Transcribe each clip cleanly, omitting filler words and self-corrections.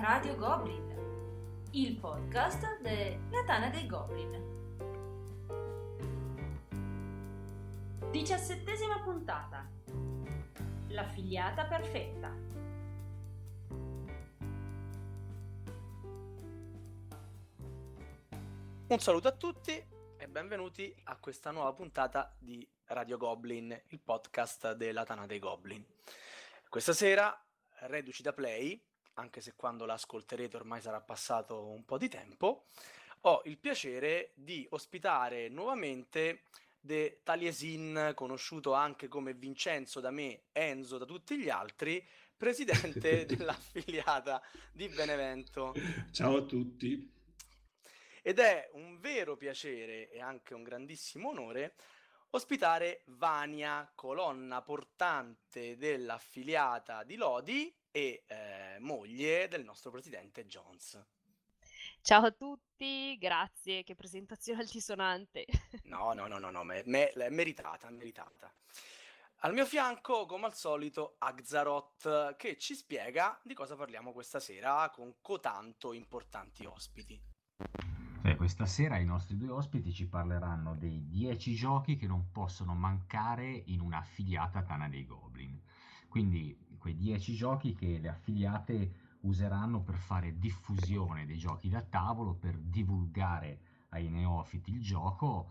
Radio Goblin, il podcast della Tana dei Goblin. 17ª puntata. L'affiliata perfetta. Un saluto a tutti e benvenuti a questa nuova puntata di Radio Goblin, il podcast della Tana dei Goblin. Questa sera, reduci da Play, anche se quando la ascolterete ormai sarà passato un po' di tempo, ho il piacere di ospitare nuovamente De Taliesin, conosciuto anche come Vincenzo da me, Enzo da tutti gli altri, presidente dell'affiliata di Benevento. Ciao a tutti. Ed è un vero piacere e anche un grandissimo onore ospitare Vania, colonna portante dell'affiliata di Lodi e moglie del nostro presidente Jones. Ciao a tutti, grazie, che presentazione altisonante. No, meritata. Al mio fianco, come al solito, Axaroth, che ci spiega di cosa parliamo questa sera con cotanto importanti ospiti. Questa sera i nostri due ospiti ci parleranno dei 10 giochi che non possono mancare in un'affiliata Tana dei Goblin. Quindi quei 10 giochi che le affiliate useranno per fare diffusione dei giochi da tavolo, per divulgare ai neofiti il gioco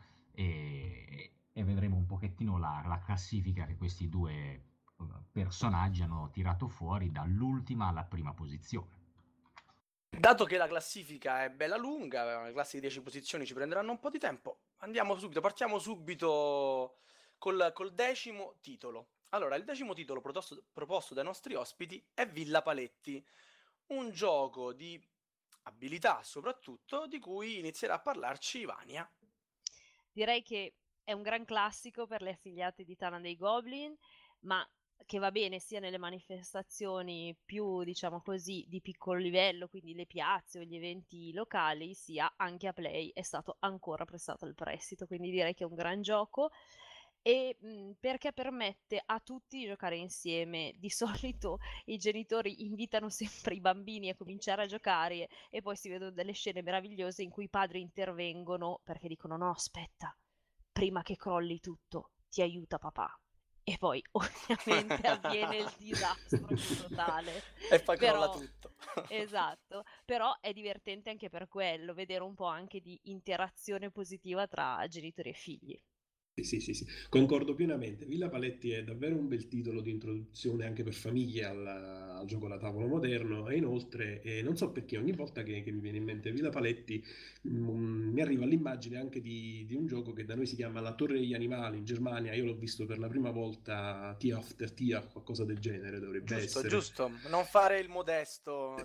e vedremo un pochettino la classifica che questi due personaggi hanno tirato fuori dall'ultima alla prima posizione. Dato che la classifica è bella lunga, una classe di 10 posizioni ci prenderanno un po' di tempo, partiamo subito col 10° titolo. Allora, il 10° titolo proposto dai nostri ospiti è Villa Paletti, un gioco di abilità soprattutto, di cui inizierà a parlarci Vania. Direi che è un gran classico per le affiliate di Tana dei Goblin, ma che va bene sia nelle manifestazioni più, diciamo così, di piccolo livello, quindi le piazze o gli eventi locali, sia anche a Play è stato ancora prestato il prestito, quindi direi che è un gran gioco e perché permette a tutti di giocare insieme. Di solito i genitori invitano sempre i bambini a cominciare a giocare e poi si vedono delle scene meravigliose in cui i padri intervengono perché dicono no, aspetta, prima che crolli tutto, ti aiuta papà. E poi ovviamente avviene il disastro più totale. E poi crolla tutto. Esatto, però è divertente anche per quello, vedere un po' anche di interazione positiva tra genitori e figli. Sì, concordo pienamente. Villa Paletti è davvero un bel titolo di introduzione anche per famiglie al gioco da tavolo moderno e inoltre, non so perché, ogni volta che mi viene in mente Villa Paletti mi arriva l'immagine anche di un gioco che da noi si chiama La Torre degli Animali in Germania. Io l'ho visto per la prima volta, Tia After Tia, qualcosa del genere dovrebbe essere. Giusto, non fare il modesto.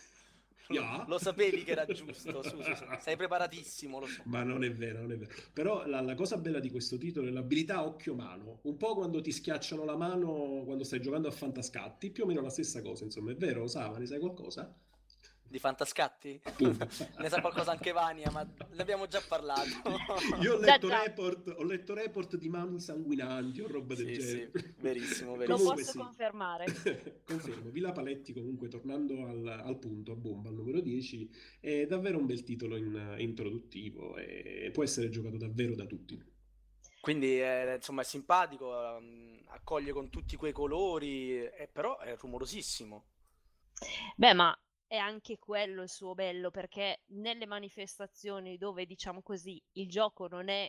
Yeah. Lo sapevi che era giusto, su, sei preparatissimo, lo so. Ma non è vero. Però la cosa bella di questo titolo è l'abilità occhio-mano, un po' quando ti schiacciano la mano quando stai giocando a fantascatti, più o meno la stessa cosa, insomma, è vero, Sava, ne sai qualcosa? Di fantascatti? Ne sa qualcosa anche Vania, ma ne abbiamo già parlato. Io ho letto report di mani sanguinanti o roba del genere. Sì, verissimo. Lo posso confermare. Confermo. Villa Paletti, comunque, tornando al punto, a bomba, al numero 10, è davvero un bel titolo introduttivo e può essere giocato davvero da tutti. Quindi insomma è simpatico, accoglie con tutti quei colori, però è rumorosissimo. Beh, ma è anche quello il suo bello, perché nelle manifestazioni dove, diciamo così, il gioco non è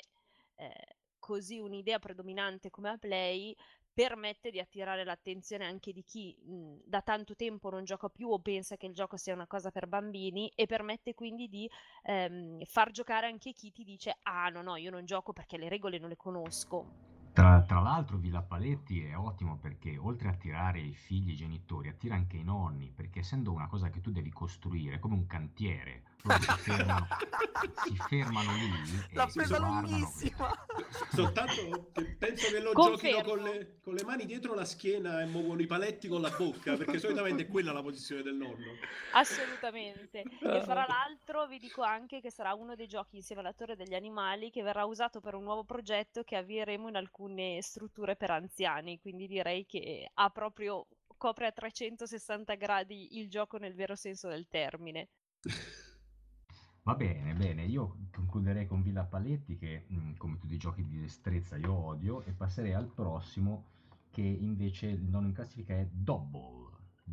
così un'idea predominante come a Play, permette di attirare l'attenzione anche di chi da tanto tempo non gioca più o pensa che il gioco sia una cosa per bambini, e permette quindi di far giocare anche chi ti dice no, io non gioco perché le regole non le conosco. Tra l'altro Villa Paletti è ottimo perché oltre a attirare i figli e i genitori, attira anche i nonni, perché essendo una cosa che tu devi costruire, come un cantiere, loro si fermano lì L'ha e si presa guardano. lunghissima! Soltanto che penso che lo Confermo. giochino con le mani dietro la schiena e muovono i paletti con la bocca, perché solitamente è quella la posizione del nonno. Assolutamente. E fra l'altro vi dico anche che sarà uno dei giochi insieme alla Torre degli Animali che verrà usato per un nuovo progetto che avvieremo in alcune strutture per anziani, quindi direi che ha proprio copre a 360 gradi il gioco nel vero senso del termine. Va bene, bene, io concluderei con Villa Paletti che, come tutti i giochi di destrezza, io odio, e passerei al prossimo che invece il nono in classifica è Double.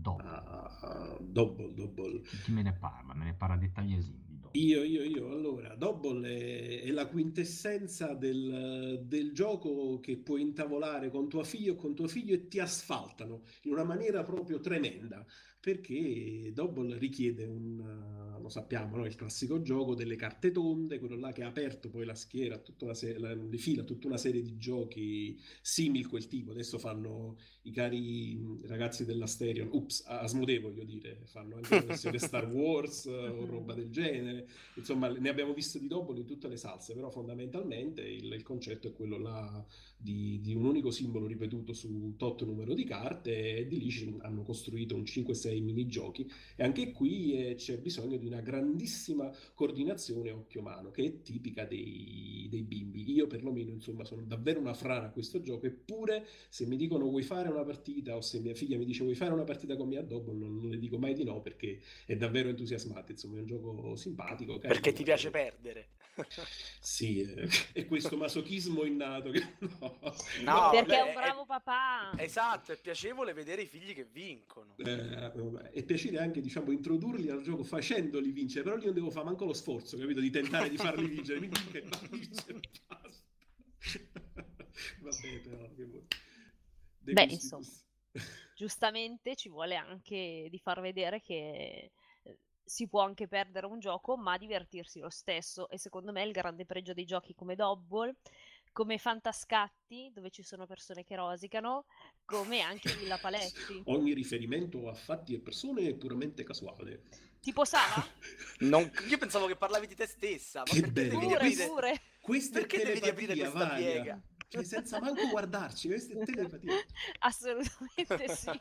Double. Chi me ne parla? Me ne parla dettagli esigui di Double. Io. Allora, Double è la quintessenza del gioco che puoi intavolare con tuo figlio o con tuo figlio e ti asfaltano in una maniera proprio tremenda, perché Double richiede lo sappiamo, no? Il classico gioco delle carte tonde, quello là che ha aperto poi la schiera, le fila, tutta una serie di giochi simili quel tipo. Adesso fanno i cari ragazzi dell'Asterion, Asmodee voglio dire, fanno anche la versione Star Wars o roba del genere. Insomma, ne abbiamo visto di Double in tutte le salse, però fondamentalmente il concetto è quello là di un unico simbolo ripetuto su un tot numero di carte, e di lì hanno costruito un 5-6 minigiochi, e anche qui c'è bisogno di una grandissima coordinazione occhio-mano, che è tipica dei bimbi. Io perlomeno, insomma, sono davvero una frana a questo gioco, eppure se mi dicono vuoi fare una partita, o se mia figlia mi dice vuoi fare una partita con me a Double, non le dico mai di no, perché è davvero entusiasmante. Insomma, è un gioco simpatico, carino. Perché ti piace perdere. Sì, è questo masochismo innato che No, Perché è beh, un bravo papà. Esatto, è piacevole vedere i figli che vincono. È piacere anche, diciamo, introdurli al gioco facendoli vincere, però lì non devo fare manco lo sforzo, capito? Di tentare di farli vincere. Mi dico che vince, basta. Vabbè, però, che vuoi. Beh, insomma, giustamente ci vuole anche di far vedere che si può anche perdere un gioco, ma divertirsi lo stesso. E secondo me il grande pregio dei giochi come Double, come Fantascatti, dove ci sono persone che rosicano, come anche Villa Paletti. Ogni riferimento a fatti e persone è puramente casuale. Tipo Sava? Io pensavo che parlavi di te stessa. Ma Che perché bello. devi aprire... Pure. Questa Perché è devi aprire telepatia, questa Varia. piega? Cioè, senza manco guardarci, questa è telepatia. Assolutamente sì.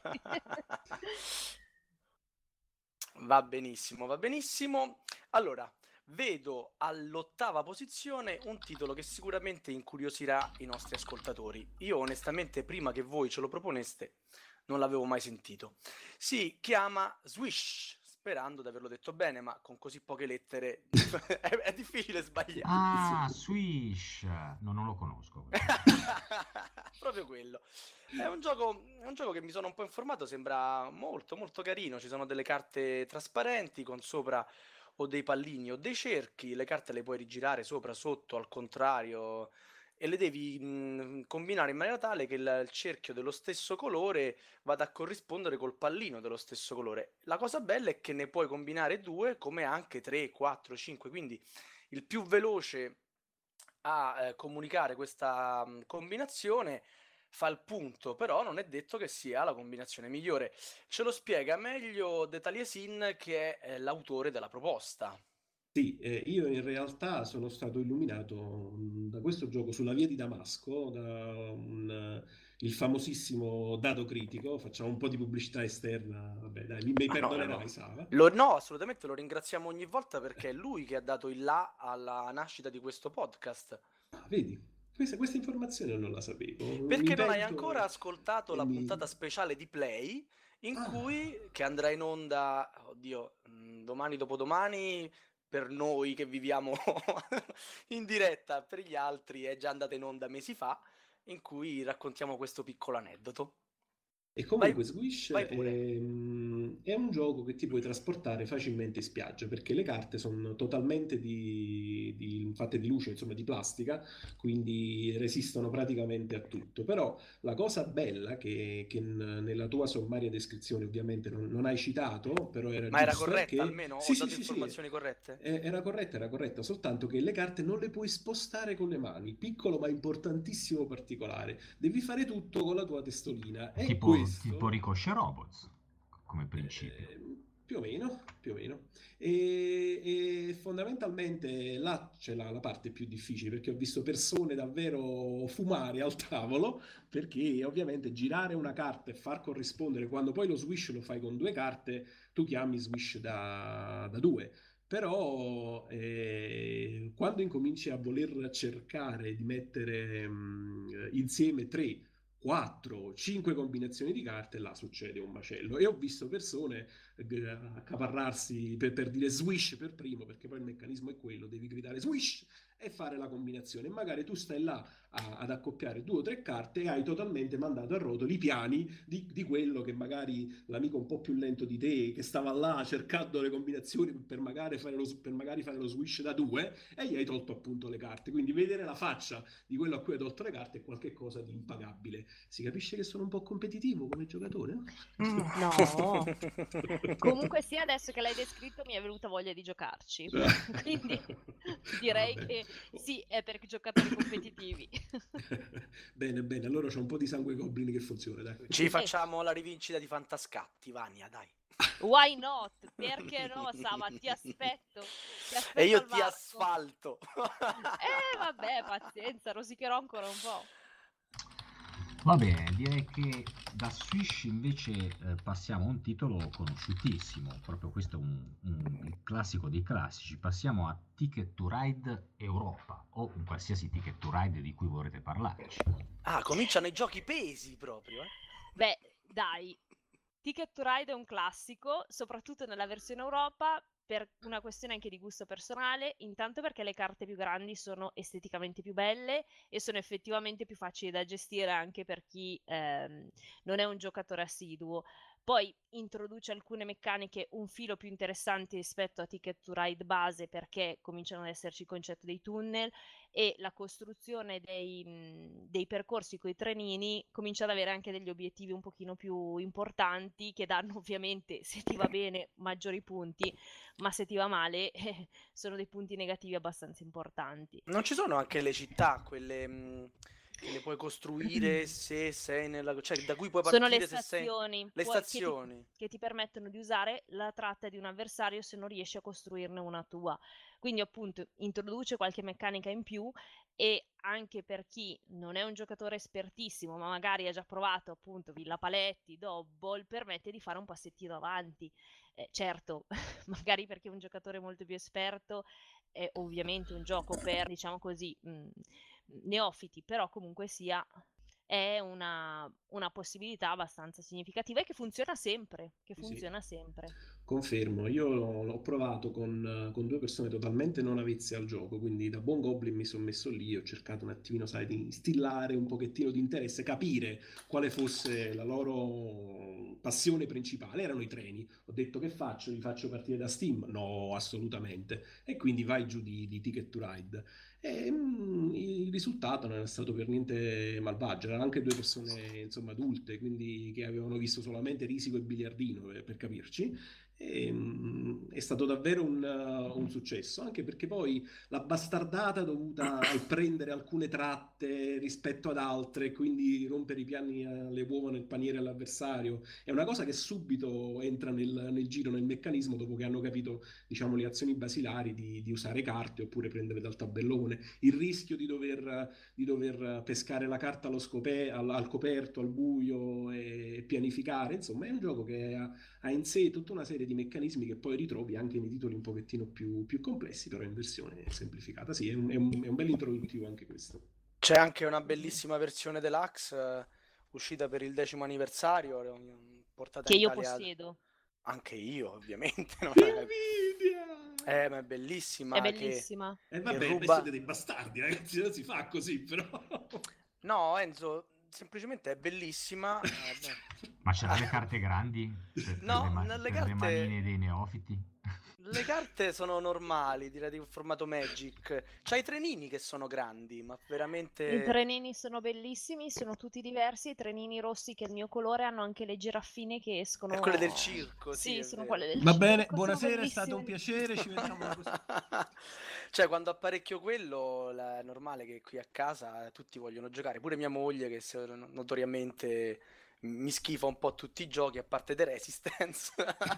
Va benissimo, va benissimo. Allora, vedo all'8ª posizione un titolo che sicuramente incuriosirà i nostri ascoltatori. Io onestamente, prima che voi ce lo proponeste, non l'avevo mai sentito. Si chiama Swish, sperando di averlo detto bene, ma con così poche lettere è difficile sbagliare. Ah, Swish! No, non lo conosco. Proprio quello. È un gioco che mi sono un po' informato, sembra molto molto carino. Ci sono delle carte trasparenti con sopra o dei pallini o dei cerchi. Le carte le puoi rigirare sopra, sotto, al contrario, e le devi combinare in maniera tale che il cerchio dello stesso colore vada a corrispondere col pallino dello stesso colore. La cosa bella è che ne puoi combinare 2, come anche 3, 4, 5, quindi il più veloce a comunicare questa combinazione fa il punto, però non è detto che sia la combinazione migliore. Ce lo spiega meglio De Taliesin, che è l'autore della proposta. Sì, io in realtà sono stato illuminato da questo gioco sulla via di Damasco, il famosissimo Dato Critico. Facciamo un po' di pubblicità esterna, vabbè dai, mi perdonerai, Sava. No, assolutamente, lo ringraziamo ogni volta, perché è lui che ha dato il là alla nascita di questo podcast. Ah, vedi, questa informazione non la sapevo. Perché Mi non hai pento ancora ascoltato e la mi- puntata speciale di Play, in Ah. cui, che andrà in onda, domani, dopodomani, per noi che viviamo in diretta, per gli altri è già andata in onda mesi fa, in cui raccontiamo questo piccolo aneddoto. E comunque Vai- Squish vai pure. è un gioco che ti puoi trasportare facilmente in spiaggia, perché le carte sono totalmente fatte di luce, insomma di plastica, quindi resistono praticamente a tutto. Però la cosa bella che nella tua sommaria descrizione ovviamente non hai citato, però era Ma era giusto, è corretta che... almeno? Sì, Ho sì, dato sì, sì, informazioni corrette? era corretta, soltanto che le carte non le puoi spostare con le mani, piccolo ma importantissimo particolare. Devi fare tutto con la tua testolina. E Tipo Ricochet Robots, come principio. Più o meno. E fondamentalmente là c'è la parte più difficile, perché ho visto persone davvero fumare al tavolo, perché ovviamente girare una carta e far corrispondere, quando poi lo swish lo fai con 2 carte, tu chiami swish da 2. Però quando incominci a voler cercare di mettere insieme 3 4, 5 combinazioni di carte, là succede un macello. E ho visto persone accaparrarsi per dire swish per primo, perché poi il meccanismo è quello, devi gridare swish e fare la combinazione. E magari tu stai là ad accoppiare 2 o 3 carte e hai totalmente mandato a rotoli i piani di quello che magari l'amico un po' più lento di te, che stava là cercando le combinazioni per magari fare lo swish da 2, e gli hai tolto appunto le carte. Quindi vedere la faccia di quello a cui hai tolto le carte è qualcosa di impagabile. Si capisce che sono un po' competitivo come giocatore? No. Comunque sia, adesso che l'hai descritto mi è venuta voglia di giocarci. Quindi direi Vabbè. che sì, è per giocatori competitivi. Bene, bene, allora c'è un po' di sangue goblin che funziona, dai. Ci facciamo la rivincita di Fantascatti, Vania, dai. Why not? Perché no, Sava? Ti aspetto E io al ti varco. asfalto. Vabbè, pazienza, rosicherò ancora un po'. Va bene, direi che da Swish invece passiamo a un titolo conosciutissimo, proprio questo è il classico dei classici. Passiamo a Ticket to Ride Europa o un qualsiasi Ticket to Ride di cui vorrete parlarci. Ah, cominciano i giochi pesi proprio, eh? Beh, dai, Ticket to Ride è un classico, soprattutto nella versione Europa, per una questione anche di gusto personale, intanto perché le carte più grandi sono esteticamente più belle e sono effettivamente più facili da gestire anche per chi non è un giocatore assiduo. Poi introduce alcune meccaniche un filo più interessanti rispetto a Ticket to Ride base, perché cominciano ad esserci il concetto dei tunnel e la costruzione dei percorsi con i trenini comincia ad avere anche degli obiettivi un pochino più importanti, che danno ovviamente, se ti va bene, maggiori punti, ma se ti va male sono dei punti negativi abbastanza importanti. Non ci sono anche le città, quelle che le puoi costruire se sei nella... cioè da cui puoi Sono partire le se sei... stazioni, Le stazioni. che ti permettono di usare la tratta di un avversario se non riesci a costruirne una tua. Quindi appunto introduce qualche meccanica in più, e anche per chi non è un giocatore espertissimo ma magari ha già provato appunto Villa Paletti, Dobble, permette di fare un passettino avanti. Certo, magari perché un giocatore molto più esperto è ovviamente un gioco per, diciamo così, neofiti, però comunque sia è una possibilità abbastanza significativa e che funziona sempre, Sì. sempre. Confermo, io l'ho provato con 2 persone totalmente non avvezze al gioco, quindi da buon goblin mi sono messo lì, ho cercato un attimino, sai, di instillare un pochettino di interesse, capire quale fosse la loro passione principale. Erano i treni. Ho detto: che faccio? Li faccio partire da Steam? No, assolutamente. E quindi vai giù di Ticket to Ride. E il risultato non è stato per niente malvagio, erano anche 2 persone insomma adulte, quindi che avevano visto solamente Risico e Biliardino, per capirci. È stato davvero un successo, anche perché poi la bastardata dovuta al prendere alcune tratte rispetto ad altre, quindi rompere i piani alle uova nel paniere all'avversario, è una cosa che subito entra nel giro, nel meccanismo, dopo che hanno capito, diciamo, le azioni basilari di usare carte oppure prendere dal tabellone. Il rischio di dover pescare la carta al coperto, al buio e pianificare, insomma, è un gioco che ha in sé tutta una serie di meccanismi che poi ritrovi anche nei titoli un pochettino più complessi, però in versione semplificata. Sì, è un bel introduttivo anche questo. C'è anche una bellissima versione deluxe uscita per il 10° anniversario, portata Che in io Italia. possiedo. Anche io, ovviamente. Che invidia! Ma è bellissima. È bellissima. E vabbè, ruba... siete dei bastardi, ragazzi, non si fa così, però. No, Enzo, semplicemente è bellissima. Ma c'erano le carte grandi? No, per le le carte... manine dei neofiti? Le carte sono normali, direi di formato Magic. C'hai i trenini che sono grandi, ma veramente... I trenini sono bellissimi, sono tutti diversi. I trenini rossi, che è il mio colore, hanno anche le giraffine che escono. È quelle del circo, Sì, è sono vero. quelle del Va circo. bene, sono buonasera, è stato un bellissime. piacere, ci vediamo la prossima. Cioè, quando apparecchio quello, è normale che qui a casa tutti vogliono giocare. Pure mia moglie, che notoriamente mi schifa un po' tutti i giochi, a parte The Resistance.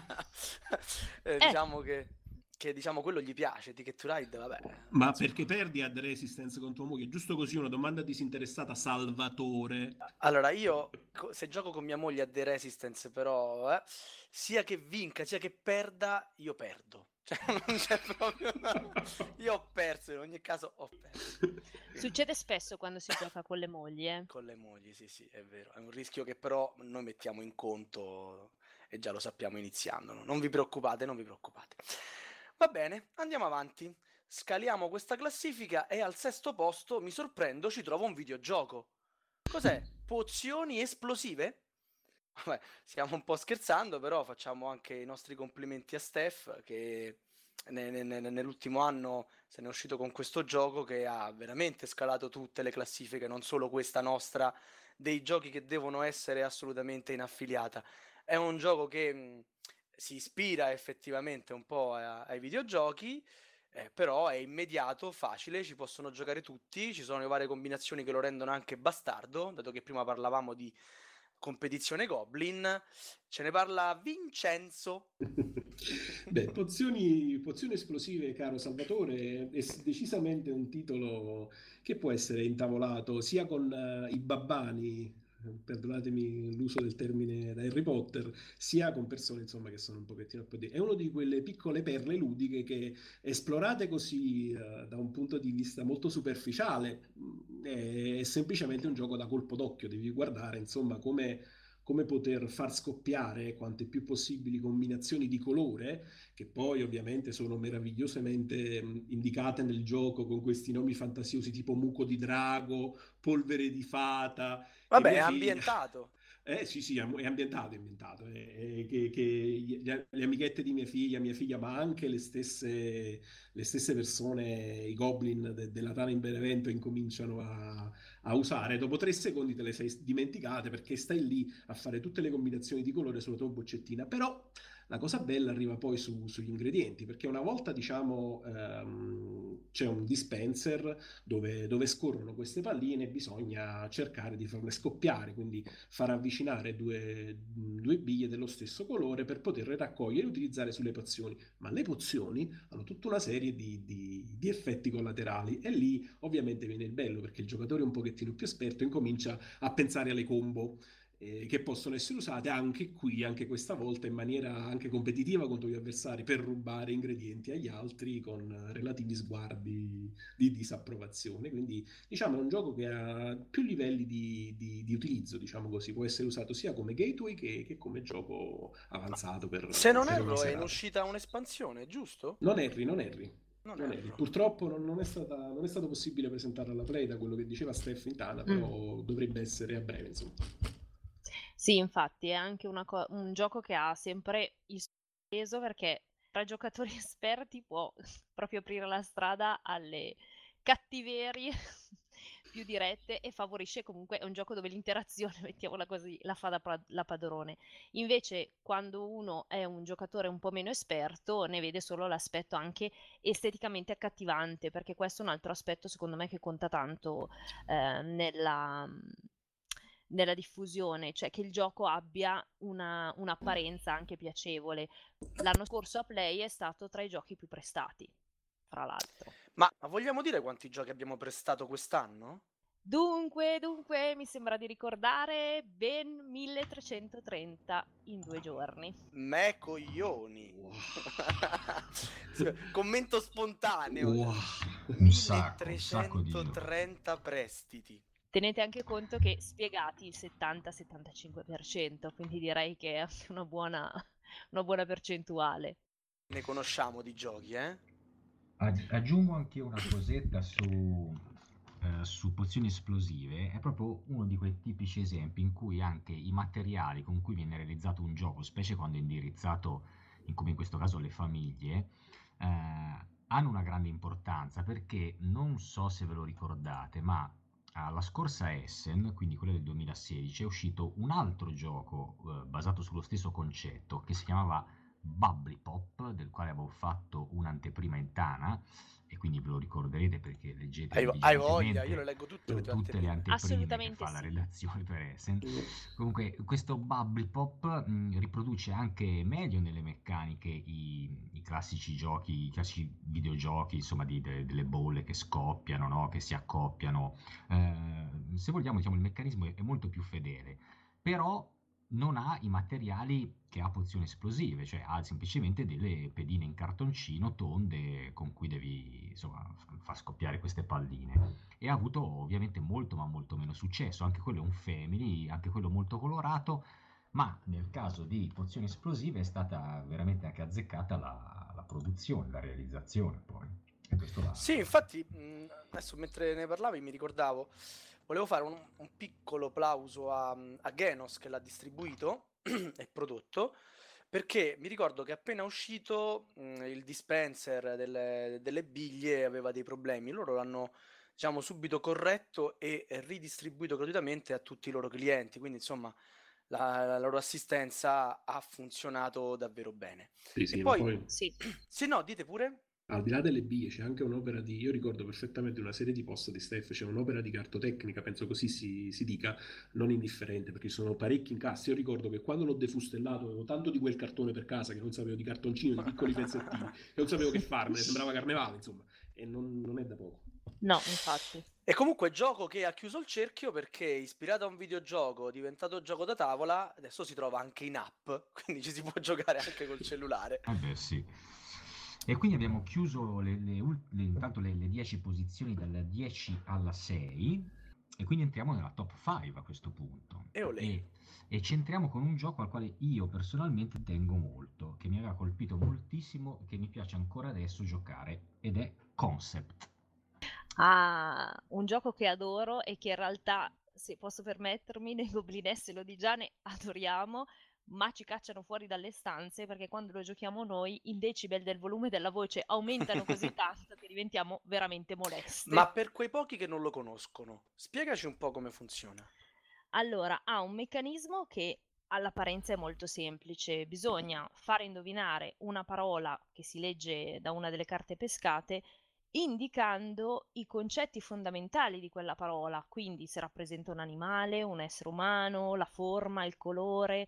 Diciamo che diciamo quello gli piace, Ticket to Ride, vabbè. Ma insomma. perché perdi a The Resistance con tua moglie? Giusto così, una domanda disinteressata, Salvatore. Allora, io se gioco con mia moglie a The Resistance, però, sia che vinca sia che perda, io perdo. Cioè, non c'è proprio... Io ho perso, in ogni caso ho perso. Quindi, Succede spesso quando si gioca con le mogli, con le mogli, sì, è vero. È un rischio che però noi mettiamo in conto e già lo sappiamo iniziando. Non vi preoccupate, non vi preoccupate. Va bene, andiamo avanti. Scaliamo questa classifica e al 6° posto, mi sorprendo, ci trovo un videogioco. Cos'è? Pozioni esplosive? Vabbè, stiamo un po' scherzando, però facciamo anche i nostri complimenti a Steph che nell'ultimo anno se ne è uscito con questo gioco che ha veramente scalato tutte le classifiche, non solo questa nostra, dei giochi che devono essere assolutamente in affiliata. È un gioco che si ispira effettivamente un po' ai videogiochi, però è immediato, facile, ci possono giocare tutti, ci sono le varie combinazioni che lo rendono anche bastardo, dato che prima parlavamo di competizione Goblin, ce ne parla Vincenzo. Beh, pozioni esplosive, caro Salvatore, è decisamente un titolo che può essere intavolato sia con i babbani, perdonatemi l'uso del termine da Harry Potter, sia con persone insomma che sono un pochettino più di... È una di quelle piccole perle ludiche che esplorate così da un punto di vista molto superficiale è semplicemente un gioco da colpo d'occhio, devi guardare insomma come poter far scoppiare quante più possibili combinazioni di colore, che poi ovviamente sono meravigliosamente indicate nel gioco con questi nomi fantasiosi tipo muco di drago, polvere di fata, che Vabbè, è mia figlia... ambientato. Sì, è ambientato, che le amichette di mia figlia, ma anche le stesse persone, i goblin della Tana in Benevento incominciano a usare. Dopo 3 secondi te le sei dimenticate perché stai lì a fare tutte le combinazioni di colore sulla tua boccettina. Però la cosa bella arriva poi sugli ingredienti, perché una volta diciamo c'è un dispenser dove scorrono queste palline, bisogna cercare di farle scoppiare, quindi far avvicinare due biglie dello stesso colore per poterle raccogliere e utilizzare sulle pozioni. Ma le pozioni hanno tutta una serie di effetti collaterali e lì ovviamente viene il bello perché il giocatore un pochettino più esperto incomincia a pensare alle combo che possono essere usate anche qui, anche questa volta in maniera anche competitiva contro gli avversari per rubare ingredienti agli altri con relativi sguardi di disapprovazione. Quindi diciamo è un gioco che ha più livelli di utilizzo, diciamo così, può essere usato sia come gateway che come gioco avanzato Se non per una erro è in serata. uscita un'espansione, giusto? Non erri, non erri. Non Non erri. erro. Purtroppo non è stato possibile presentarla alla Play da quello che diceva Steph in Tana, però dovrebbe essere a breve, insomma. Sì, infatti è anche un gioco che ha sempre il suo peso perché tra giocatori esperti può proprio aprire la strada alle cattiverie più dirette e favorisce comunque, è un gioco dove l'interazione, mettiamola così, la fa da padrone. Invece quando uno è un giocatore un po' meno esperto ne vede solo l'aspetto anche esteticamente accattivante, perché questo è un altro aspetto secondo me che conta tanto nella diffusione, cioè che il gioco abbia un'apparenza anche piacevole. L'anno scorso a Play è stato tra i giochi più prestati, fra l'altro. Ma vogliamo dire quanti giochi abbiamo prestato quest'anno? Dunque, mi sembra di ricordare ben 1330 in 2 giorni. Me coglioni. Commento spontaneo. Wow. Un sacco di giochi. 1330 prestiti. Tenete anche conto che spiegati il 70-75%, quindi direi che è anche una buona percentuale. Ne conosciamo di giochi, eh? Aggiungo anche una cosetta su pozioni esplosive, è proprio uno di quei tipici esempi in cui anche i materiali con cui viene realizzato un gioco, specie quando è indirizzato, come in questo caso, alle famiglie, hanno una grande importanza perché non so se ve lo ricordate, ma alla scorsa Essen, quindi quella del 2016, è uscito un altro gioco basato sullo stesso concetto che si chiamava Bubbly Pop, del quale avevo fatto un'anteprima in Tana e quindi ve lo ricorderete perché leggete Hai voglia, io le leggo tutte le tue tutte le anteprime che Assolutamente fa la sì. redazione per Essen. Comunque questo Bubbly Pop riproduce anche meglio nelle meccaniche i classici giochi, i classici videogiochi, insomma, delle bolle che scoppiano, no? Che si accoppiano. Se vogliamo, diciamo, il meccanismo è molto più fedele, però non ha i materiali che ha pozioni esplosive, cioè ha semplicemente delle pedine in cartoncino tonde con cui devi insomma far scoppiare queste palline. E ha avuto ovviamente molto ma molto meno successo, anche quello è un family, anche quello molto colorato, ma nel caso di pozioni esplosive è stata veramente anche azzeccata la produzione, la realizzazione poi. E questo Sì, infatti, adesso mentre ne parlavi mi ricordavo, volevo fare un piccolo plauso a Genos che l'ha distribuito e prodotto, perché mi ricordo che appena uscito il dispenser delle biglie aveva dei problemi, loro l'hanno diciamo subito corretto e ridistribuito gratuitamente a tutti i loro clienti, quindi insomma la loro assistenza ha funzionato davvero bene. Sì, E sì, ma poi, poi Sì. sì, no, dite pure. al di là delle biglie c'è anche un'opera di, io ricordo perfettamente una serie di post di Steph, c'è un'opera di cartotecnica, penso così si dica, non indifferente, perché ci sono parecchi incassi. Io ricordo che quando l'ho defustellato avevo tanto di quel cartone per casa che non sapevo di cartoncino, di piccoli pezzettini, che non sapevo che farmene, sembrava carnevale, insomma, e non è da poco. No, infatti. E comunque gioco che ha chiuso il cerchio perché ispirato a un videogioco, diventato gioco da tavola, adesso si trova anche in app, quindi ci si può giocare anche col cellulare. beh sì. E quindi abbiamo chiuso intanto le 10 posizioni dalla 10 alla 6 e quindi entriamo nella top 5 a questo punto. E olè. E ci entriamo con un gioco al quale io personalmente tengo molto, che mi aveva colpito moltissimo e che mi piace ancora adesso giocare, ed è Concept. Ah, un gioco che adoro e che in realtà, se posso permettermi, nei Goblinesse lo di già ne adoriamo, ma ci cacciano fuori dalle stanze perché quando lo giochiamo noi i decibel del volume della voce aumentano così tanto che diventiamo veramente moleste. Ma per quei pochi che non lo conoscono, spiegaci un po' come funziona. Allora, ha un meccanismo che all'apparenza è molto semplice. Bisogna fare indovinare una parola che si legge da una delle carte pescate indicando i concetti fondamentali di quella parola, quindi se rappresenta un animale, un essere umano, la forma, il colore.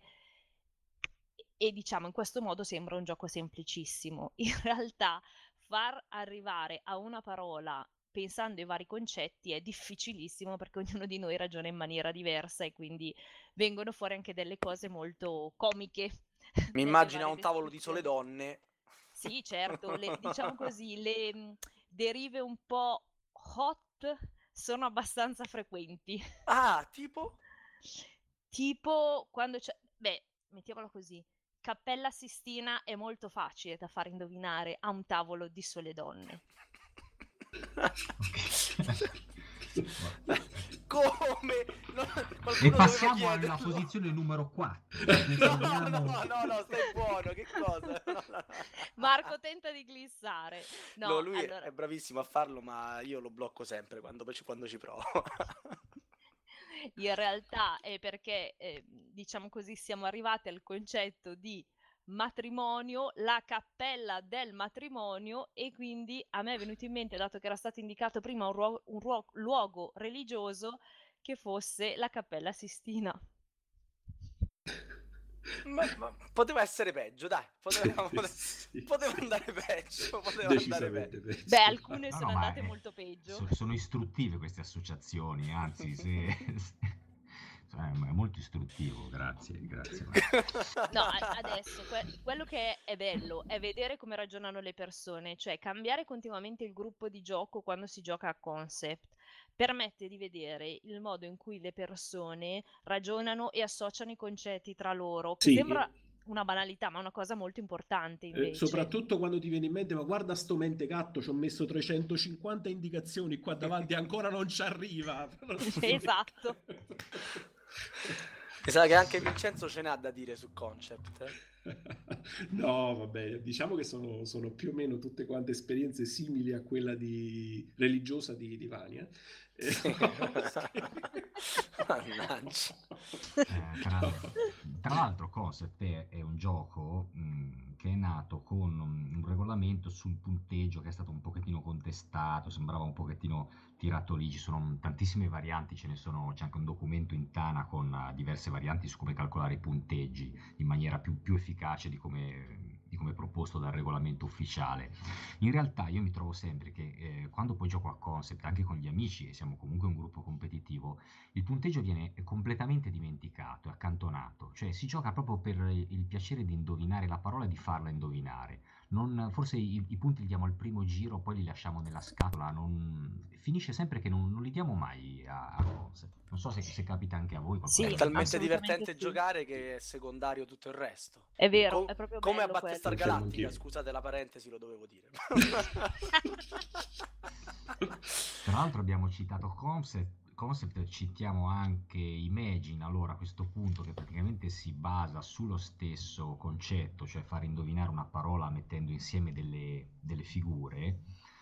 E diciamo in questo modo sembra un gioco semplicissimo. In realtà far arrivare a una parola pensando ai vari concetti è difficilissimo perché ognuno di noi ragiona in maniera diversa e quindi vengono fuori anche delle cose molto comiche. Mi nelle immagino a varie un tavolo di sole descrizioni. donne. Sì, certo, diciamo così, le derive un po' hot sono abbastanza frequenti. Ah, tipo? Tipo quando c'è, beh, mettiamola così, Cappella Sistina è molto facile da far indovinare a un tavolo di sole donne. Come? No, E qualcuno passiamo doveva alla chiederlo. posizione numero 4. No, stai buono, che cosa? No. Marco tenta di glissare. No, No, lui allora, è bravissimo a farlo, ma io lo blocco sempre quando ci provo. in realtà è perché, diciamo così, siamo arrivati al concetto di matrimonio, la cappella del matrimonio, e quindi a me è venuto in mente, dato che era stato indicato prima un luogo religioso, che fosse la Cappella Sistina. Ma poteva essere peggio, dai. Poteva Sì. andare peggio. Decisamente peggio. Beh, alcune No, sono ma andate molto peggio. sono istruttive queste associazioni, anzi, cioè, è molto istruttivo, grazie. No, adesso quello che è bello è vedere come ragionano le persone, cioè cambiare continuamente il gruppo di gioco quando si gioca a Concept permette di vedere il modo in cui le persone ragionano e associano i concetti tra loro, che Sì, sembra una banalità, ma è una cosa molto importante invece. soprattutto quando ti viene in mente, ma guarda sto mentegatto, ci ho messo 350 indicazioni qua davanti, ancora non ci arriva. Esatto. Mi sa che anche Vincenzo ce n'ha da dire su Concept. No, vabbè, diciamo che sono più o meno tutte quante esperienze simili a quella religiosa di Vania. Mannaggia. Tra l'altro Concept è un gioco che è nato con un regolamento sul punteggio che è stato un pochettino contestato, sembrava un pochettino tirato lì, ci sono tantissime varianti, c'è anche un documento in Tana con diverse varianti su come calcolare i punteggi in maniera più efficace di come come proposto dal regolamento ufficiale. In realtà io mi trovo sempre che quando poi gioco a Concept, anche con gli amici, e siamo comunque un gruppo competitivo, il punteggio viene completamente dimenticato, accantonato, cioè si gioca proprio per il piacere di indovinare la parola e di farla indovinare. Forse i punti li diamo al primo giro, poi li lasciamo nella scatola, finisce sempre che non li diamo mai a Concept. Non so se capita anche a voi. Sì, È talmente assolutamente divertente sì. giocare che è secondario tutto il resto. È vero, è proprio Come a bello Battlestar quello. Galactica, anch'io. scusate la parentesi, lo dovevo dire. Tra l'altro abbiamo citato Concept, citiamo anche Imagine, allora a questo punto, che praticamente si basa sullo stesso concetto, cioè fare indovinare una parola mettendo insieme delle figure,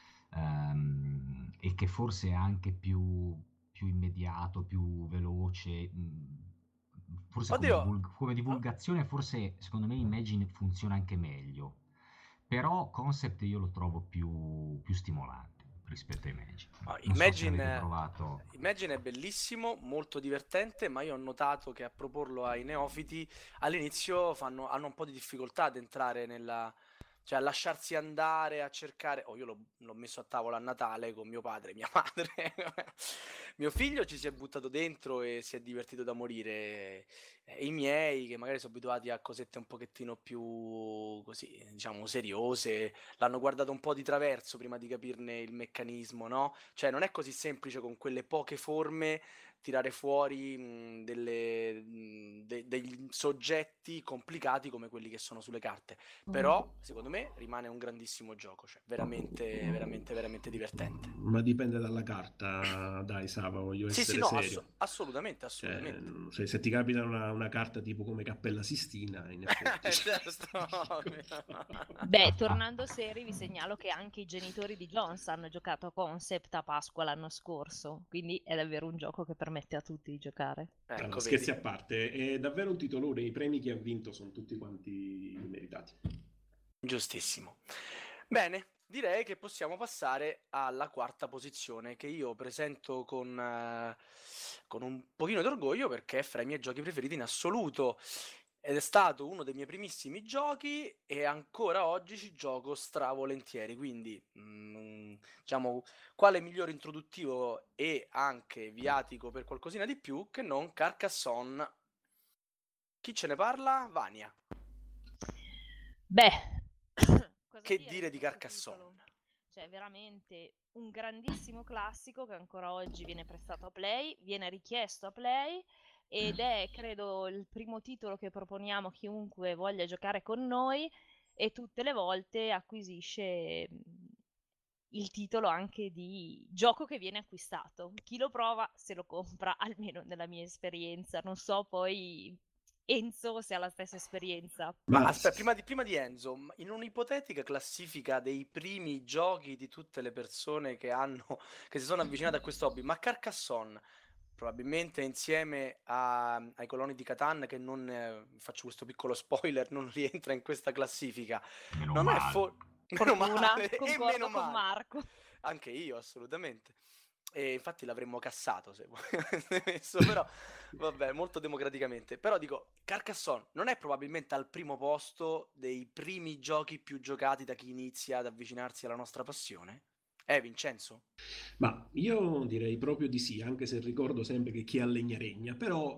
e che forse è anche più immediato, più veloce, forse Oddio, come divulgazione, forse secondo me Imagine funziona anche meglio, però Concept io lo trovo più stimolante rispetto a Imagine. Non so se avete provato. Imagine è bellissimo, molto divertente, ma io ho notato che a proporlo ai neofiti all'inizio hanno un po' di difficoltà ad entrare cioè a lasciarsi andare, a cercare. Io l'ho messo a tavola a Natale con mio padre e mia madre. Mio figlio ci si è buttato dentro e si è divertito da morire. I miei, che magari sono abituati a cosette un pochettino più così, diciamo, seriose, l'hanno guardato un po' di traverso prima di capirne il meccanismo, no? Cioè non è così semplice con quelle poche forme tirare fuori degli soggetti complicati come quelli che sono sulle carte. Però, secondo me, rimane un grandissimo gioco, cioè veramente, veramente, veramente divertente. Ma dipende dalla carta, dai, Sava, voglio Sì, essere no, serio. assolutamente, Cioè, assolutamente. se ti capita una carta tipo come Cappella Sistina, in effetti. Certo. Beh, tornando seri, vi segnalo che anche i genitori di Jones hanno giocato a Concept a Pasqua l'anno scorso, quindi è davvero un gioco che permette a tutti di giocare. Allora, Ecco, scherzi vedi. a parte, è davvero un titolone, i premi che ha vinto sono tutti quanti meritati. Giustissimo. Bene, direi che possiamo passare alla quarta posizione, che io presento con un pochino d'orgoglio perché è fra i miei giochi preferiti in assoluto. Ed è stato uno dei miei primissimi giochi e ancora oggi ci gioco stravolentieri, quindi diciamo, quale migliore introduttivo e anche viatico per qualcosina di più che non Carcassonne. Chi ce ne parla? Vania. Beh, cosa Che dire di questo Carcassonne? titolo? Cioè, veramente un grandissimo classico che ancora oggi viene prestato a Play, viene richiesto a Play ed è, credo, il primo titolo che proponiamo a chiunque voglia giocare con noi e tutte le volte acquisisce il titolo anche di gioco che viene acquistato. Chi lo prova se lo compra, almeno nella mia esperienza. Non so poi Enzo se ha la stessa esperienza. Ma aspetta, prima di Enzo, in un'ipotetica classifica dei primi giochi di tutte le persone che si sono avvicinate a questo hobby, ma Carcassonne, probabilmente insieme ai coloni di Catan, che non faccio questo piccolo spoiler, non rientra in questa classifica. Meno Non è male. meno male, e Concordo meno con male. Marco. Anche io, assolutamente. E infatti l'avremmo cassato se messo, però vabbè, molto democraticamente. Però dico, Carcassonne non è probabilmente al primo posto dei primi giochi più giocati da chi inizia ad avvicinarsi alla nostra passione? Vincenzo? Ma io direi proprio di sì, anche se ricordo sempre che chi ha legna regna, però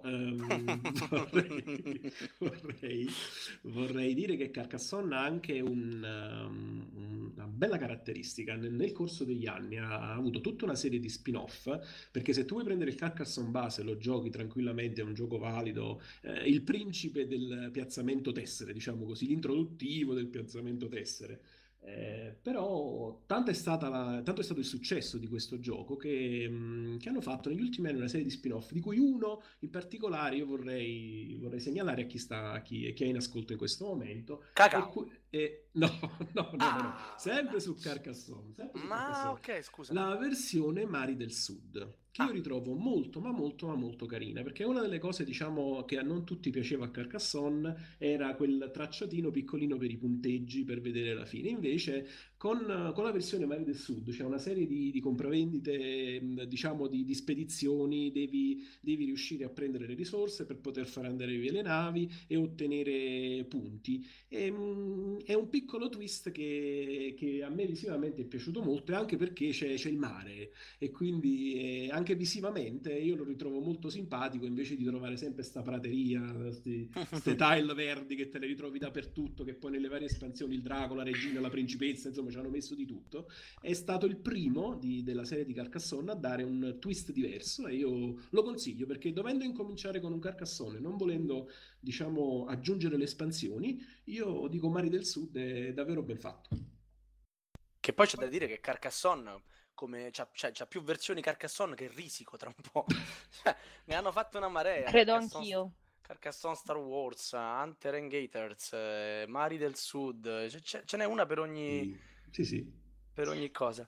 vorrei dire che Carcassonne ha anche una bella caratteristica. Nel corso degli anni ha avuto tutta una serie di spin-off, perché se tu vuoi prendere il Carcassonne base, lo giochi tranquillamente, è un gioco valido, il principe del piazzamento tessere, diciamo così, l'introduttivo del piazzamento tessere. Però tanto è stato il successo di questo gioco che hanno fatto negli ultimi anni una serie di spin-off, di cui uno in particolare io vorrei segnalare a chi è in ascolto in questo momento. Cacao. No, no, sempre Mannaggia. su Carcassonne. Ok, scusa. La versione Mari del Sud, che io ritrovo molto, ma molto carina, perché una delle cose, diciamo, che a non tutti piaceva a Carcassonne era quel tracciatino piccolino per i punteggi, per vedere la fine. Invece con la versione Mari del Sud c'è una serie di compravendite, diciamo di spedizioni, devi riuscire a prendere le risorse per poter far andare via le navi e ottenere punti. È un piccolo twist che a me visivamente è piaciuto molto, e anche perché c'è il mare, e quindi anche visivamente io lo ritrovo molto simpatico, invece di trovare sempre sta prateria, ste tile verdi che te le ritrovi dappertutto, che poi nelle varie espansioni il drago, la regina, la principessa, insomma ci hanno messo di tutto. È stato il primo della serie di Carcassonne a dare un twist diverso, e io lo consiglio, perché dovendo incominciare con un Carcassonne, non volendo, diciamo, aggiungere le espansioni, io dico Mari del Sud è davvero ben fatto. Che poi c'è da dire che Carcassonne c'ha più versioni Carcassonne che Risico tra un po'. Cioè, ne hanno fatto una marea. Credo anch'io. Carcassonne Star Wars, Hunter and Gators, Mari del Sud, ce n'è una per ogni, Sì. per ogni cosa.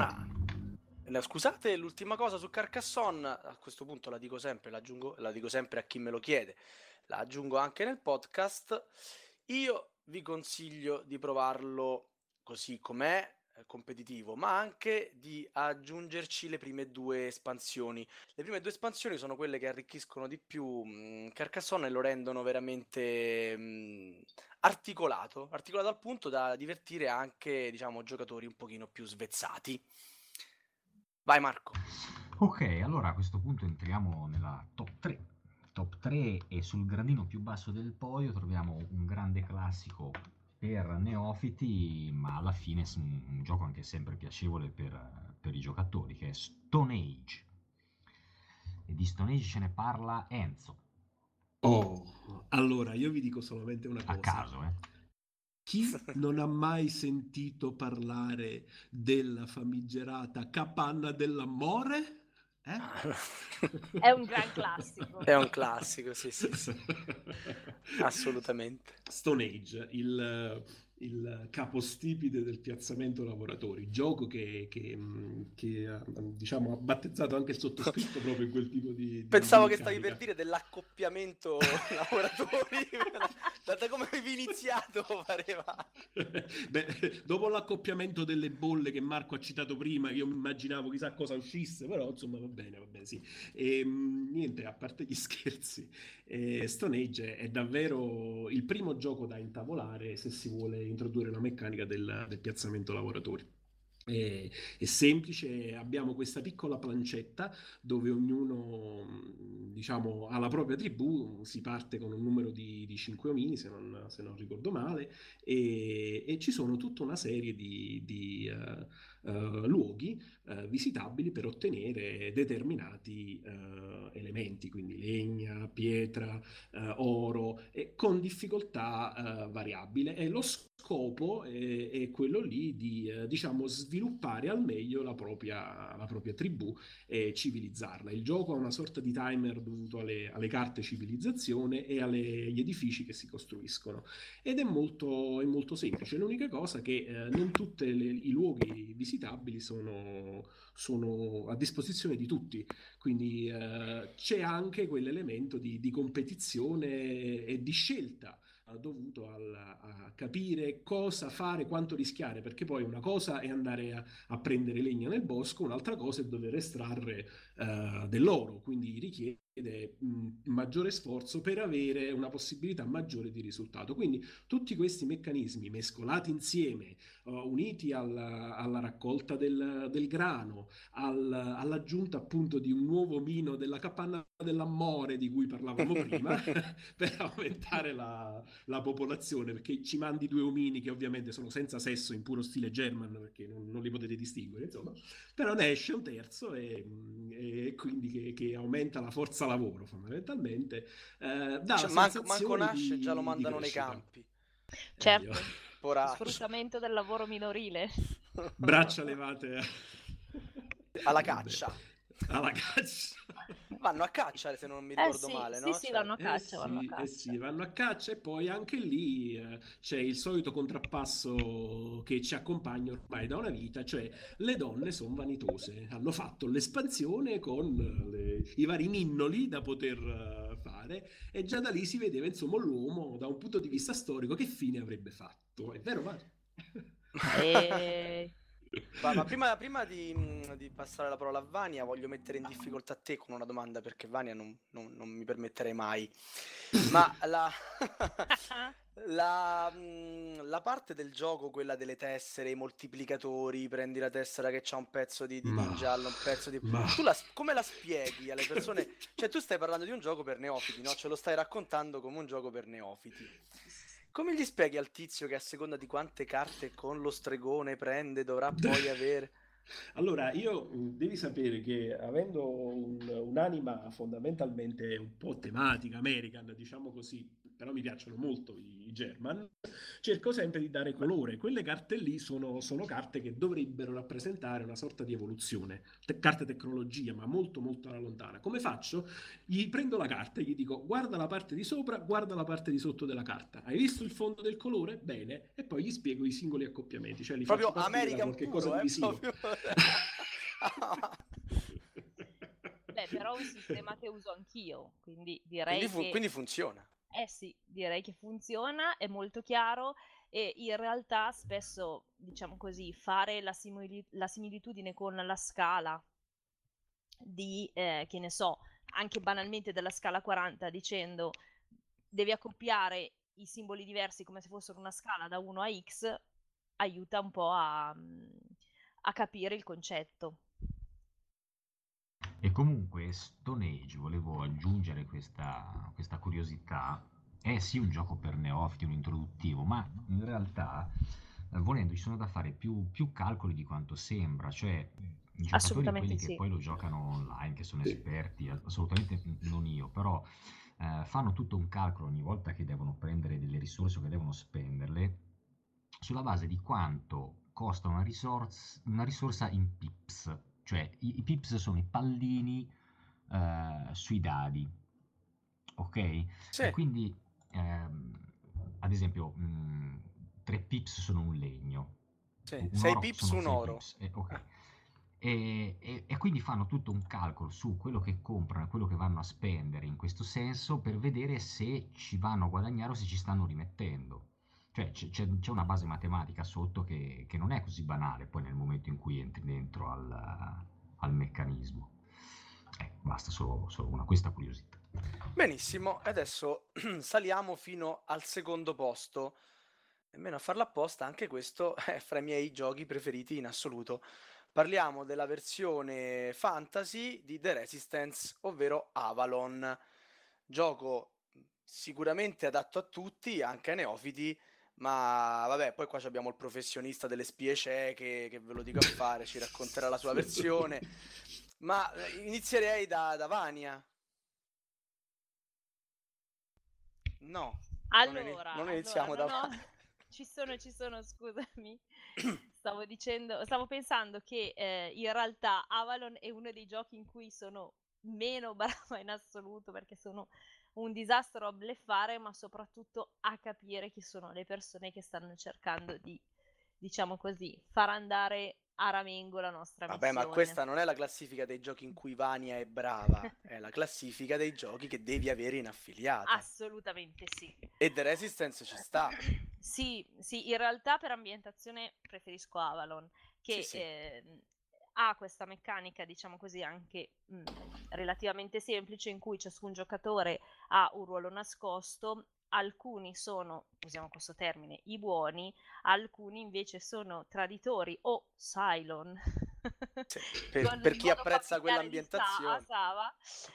Scusate, l'ultima cosa su Carcassonne, a questo punto la dico sempre a chi me lo chiede, la aggiungo anche nel podcast. Io vi consiglio di provarlo così com'è, competitivo, ma anche di aggiungerci le prime 2 espansioni. Le prime 2 espansioni sono quelle che arricchiscono di più Carcassonne e lo rendono veramente articolato al punto da divertire anche, diciamo, giocatori un pochino più svezzati. Vai Marco. Ok, allora a questo punto entriamo nella top 3. Top 3, e sul gradino più basso del podio troviamo un grande classico per neofiti, ma alla fine è un gioco anche sempre piacevole per i giocatori, che è Stone Age. E di Stone Age ce ne parla Enzo. Oh, allora io vi dico solamente una cosa. A caso, Chi non ha mai sentito parlare della famigerata Capanna dell'Amore? È un gran classico. È un classico, sì. Assolutamente. Stone Age, il capostipite del piazzamento lavoratori, gioco che diciamo, ha battezzato anche il sottoscritto proprio in quel tipo di Pensavo che meccanica. stavi per dire dell'accoppiamento lavoratori. Da come avevi iniziato pareva. Beh, dopo l'accoppiamento delle bolle che Marco ha citato prima, che io mi immaginavo chissà cosa uscisse, però insomma va bene, sì. E niente, a parte gli scherzi, Stone Age è davvero il primo gioco da intavolare se si vuole introdurre la meccanica del piazzamento lavoratori. È semplice, abbiamo questa piccola plancetta dove ognuno, diciamo, ha la propria tribù, si parte con un numero di 5 omini, se non ricordo male, e ci sono tutta una serie di luoghi visitabili per ottenere determinati elementi, quindi legna, pietra, oro, con difficoltà variabile, e lo scopo è quello lì di diciamo sviluppare al meglio la propria tribù e civilizzarla. Il gioco ha una sorta di timer dovuto alle carte civilizzazione e agli edifici che si costruiscono, ed è molto semplice. L'unica cosa è che non tutti i luoghi visitabili sono a disposizione di tutti, quindi c'è anche quell'elemento di competizione e di scelta dovuto a capire cosa fare, quanto rischiare, perché poi una cosa è andare a prendere legna nel bosco, un'altra cosa è dover estrarre dell'oro, quindi richiede maggiore sforzo per avere una possibilità maggiore di risultato. Quindi tutti questi meccanismi mescolati insieme, uniti alla raccolta del grano, all'aggiunta appunto di un nuovo mino della Capanna dell'Amore di cui parlavamo prima, per aumentare la popolazione, perché ci mandi 2 omini che ovviamente sono senza sesso, in puro stile German, perché non li potete distinguere, insomma, però ne esce un terzo, e quindi che aumenta la forza lavoro fondamentalmente, manco nasce, già lo mandano nei campi. Certo, Poraccio. sfruttamento del lavoro minorile. Braccia levate alla caccia. Alla caccia. Vanno a caccia, se non mi ricordo male, no? Sì, vanno a caccia, vanno a caccia, e poi anche lì c'è il solito contrappasso che ci accompagna ormai da una vita, cioè le donne sono vanitose, hanno fatto l'espansione con i vari ninnoli da poter fare, e già da lì si vedeva insomma l'uomo da un punto di vista storico che fine avrebbe fatto, è vero Mario? E... Ma prima di passare la parola a Vania, voglio mettere in difficoltà te con una domanda, perché Vania non mi permetterei mai. Ma la parte del gioco, quella delle tessere, i moltiplicatori, prendi la tessera che c'ha un pezzo di giallo, un pezzo di... Ma Tu come la spieghi alle persone? Cioè, tu stai parlando di un gioco per neofiti, no? Ce lo stai raccontando come un gioco per neofiti. Come gli spieghi al tizio che a seconda di quante carte con lo stregone prende dovrà poi avere... Allora, devi sapere che avendo un'anima fondamentalmente un po' tematica, American, diciamo così, però mi piacciono molto i German, cerco sempre di dare colore. Quelle carte lì sono carte che dovrebbero rappresentare una sorta di evoluzione, carte tecnologia, ma molto molto alla lontana. Come faccio? Gli prendo la carta e gli dico guarda la parte di sopra, guarda la parte di sotto della carta. Hai visto il fondo del colore? Bene. E poi gli spiego i singoli accoppiamenti, cioè li Proprio faccio partire da American qualche cosa puro, di visivo. proprio... Beh, però è un sistema che uso anch'io, quindi direi quindi funziona. sì, direi che funziona, è molto chiaro e in realtà spesso, diciamo così, fare la similitudine con la scala di, che ne so, anche banalmente della scala 40, dicendo devi accoppiare i simboli diversi come se fossero una scala da 1 a X, aiuta un po' a capire il concetto. E comunque Stone Age, volevo aggiungere questa curiosità, è sì un gioco per neofiti, un introduttivo, ma in realtà, volendo, ci sono da fare più calcoli di quanto sembra, cioè i giocatori, Assolutamente quelli che sì. poi lo giocano online, che sono Sì. esperti, assolutamente non io, però fanno tutto un calcolo ogni volta che devono prendere delle risorse o che devono spenderle, sulla base di quanto costa una risorsa in pips, cioè i pips sono i pallini sui dadi, ok? Sì, E quindi, ad esempio, 3 pips sono un legno, sì. un 6 oro pips, sono un 6 oro. pips, ok. E quindi fanno tutto un calcolo su quello che comprano e quello che vanno a spendere in questo senso per vedere se ci vanno a guadagnare o se ci stanno rimettendo. Cioè c'è una base matematica sotto che non è così banale poi nel momento in cui entri dentro al meccanismo. Basta solo questa curiosità. Benissimo, e adesso saliamo fino al secondo posto. Nemmeno a farla apposta, anche questo è fra i miei giochi preferiti in assoluto. Parliamo della versione fantasy di The Resistance, ovvero Avalon. Gioco sicuramente adatto a tutti, anche ai neofiti, ma vabbè, poi qua abbiamo il professionista delle spie cieche che ve lo dico a fare, ci racconterà la sua versione. Ma inizierei da Vania. No, non iniziamo da No, Vania. ci sono, scusami. Stavo pensando che in realtà Avalon è uno dei giochi in cui sono meno brava in assoluto perché sono un disastro a bleffare, ma soprattutto a capire chi sono le persone che stanno cercando di, diciamo così, far andare a ramengo la nostra Vabbè, ma missione. questa non è la classifica dei giochi in cui Vania è brava, è la classifica dei giochi che devi avere in affiliata. Assolutamente sì. E The Resistance ci sta. Sì, in realtà per ambientazione preferisco Avalon, che Sì. ha questa meccanica, diciamo così, anche relativamente semplice, in cui ciascun giocatore ha un ruolo nascosto. Alcuni sono, usiamo questo termine, i buoni, alcuni invece sono traditori o Cylon. Sì, Con per il chi modo apprezza familiare di quell'ambientazione. Sava.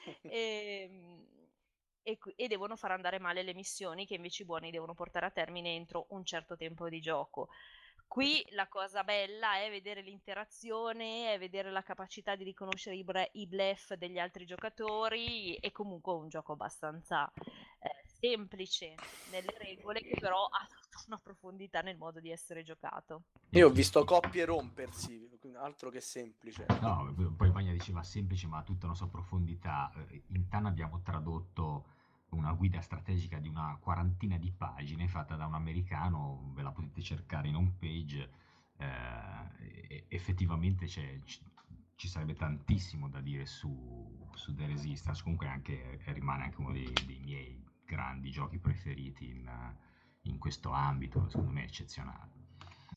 E devono far andare male le missioni che invece i buoni devono portare a termine entro un certo tempo di gioco. Qui la cosa bella è vedere l'interazione, è vedere la capacità di riconoscere i bluff degli altri giocatori, e comunque un gioco abbastanza semplice nelle regole, che però ha tutta una profondità nel modo di essere giocato. Io ho visto coppie rompersi, altro che semplice. No, poi Vagna diceva semplice ma ha tutta una sua profondità. In TAN abbiamo tradotto una guida strategica di una quarantina di pagine fatta da un americano, ve la potete cercare in home page. Effettivamente ci sarebbe tantissimo da dire su The Resistance, comunque rimane anche uno dei miei grandi giochi preferiti in questo ambito, secondo me è eccezionale.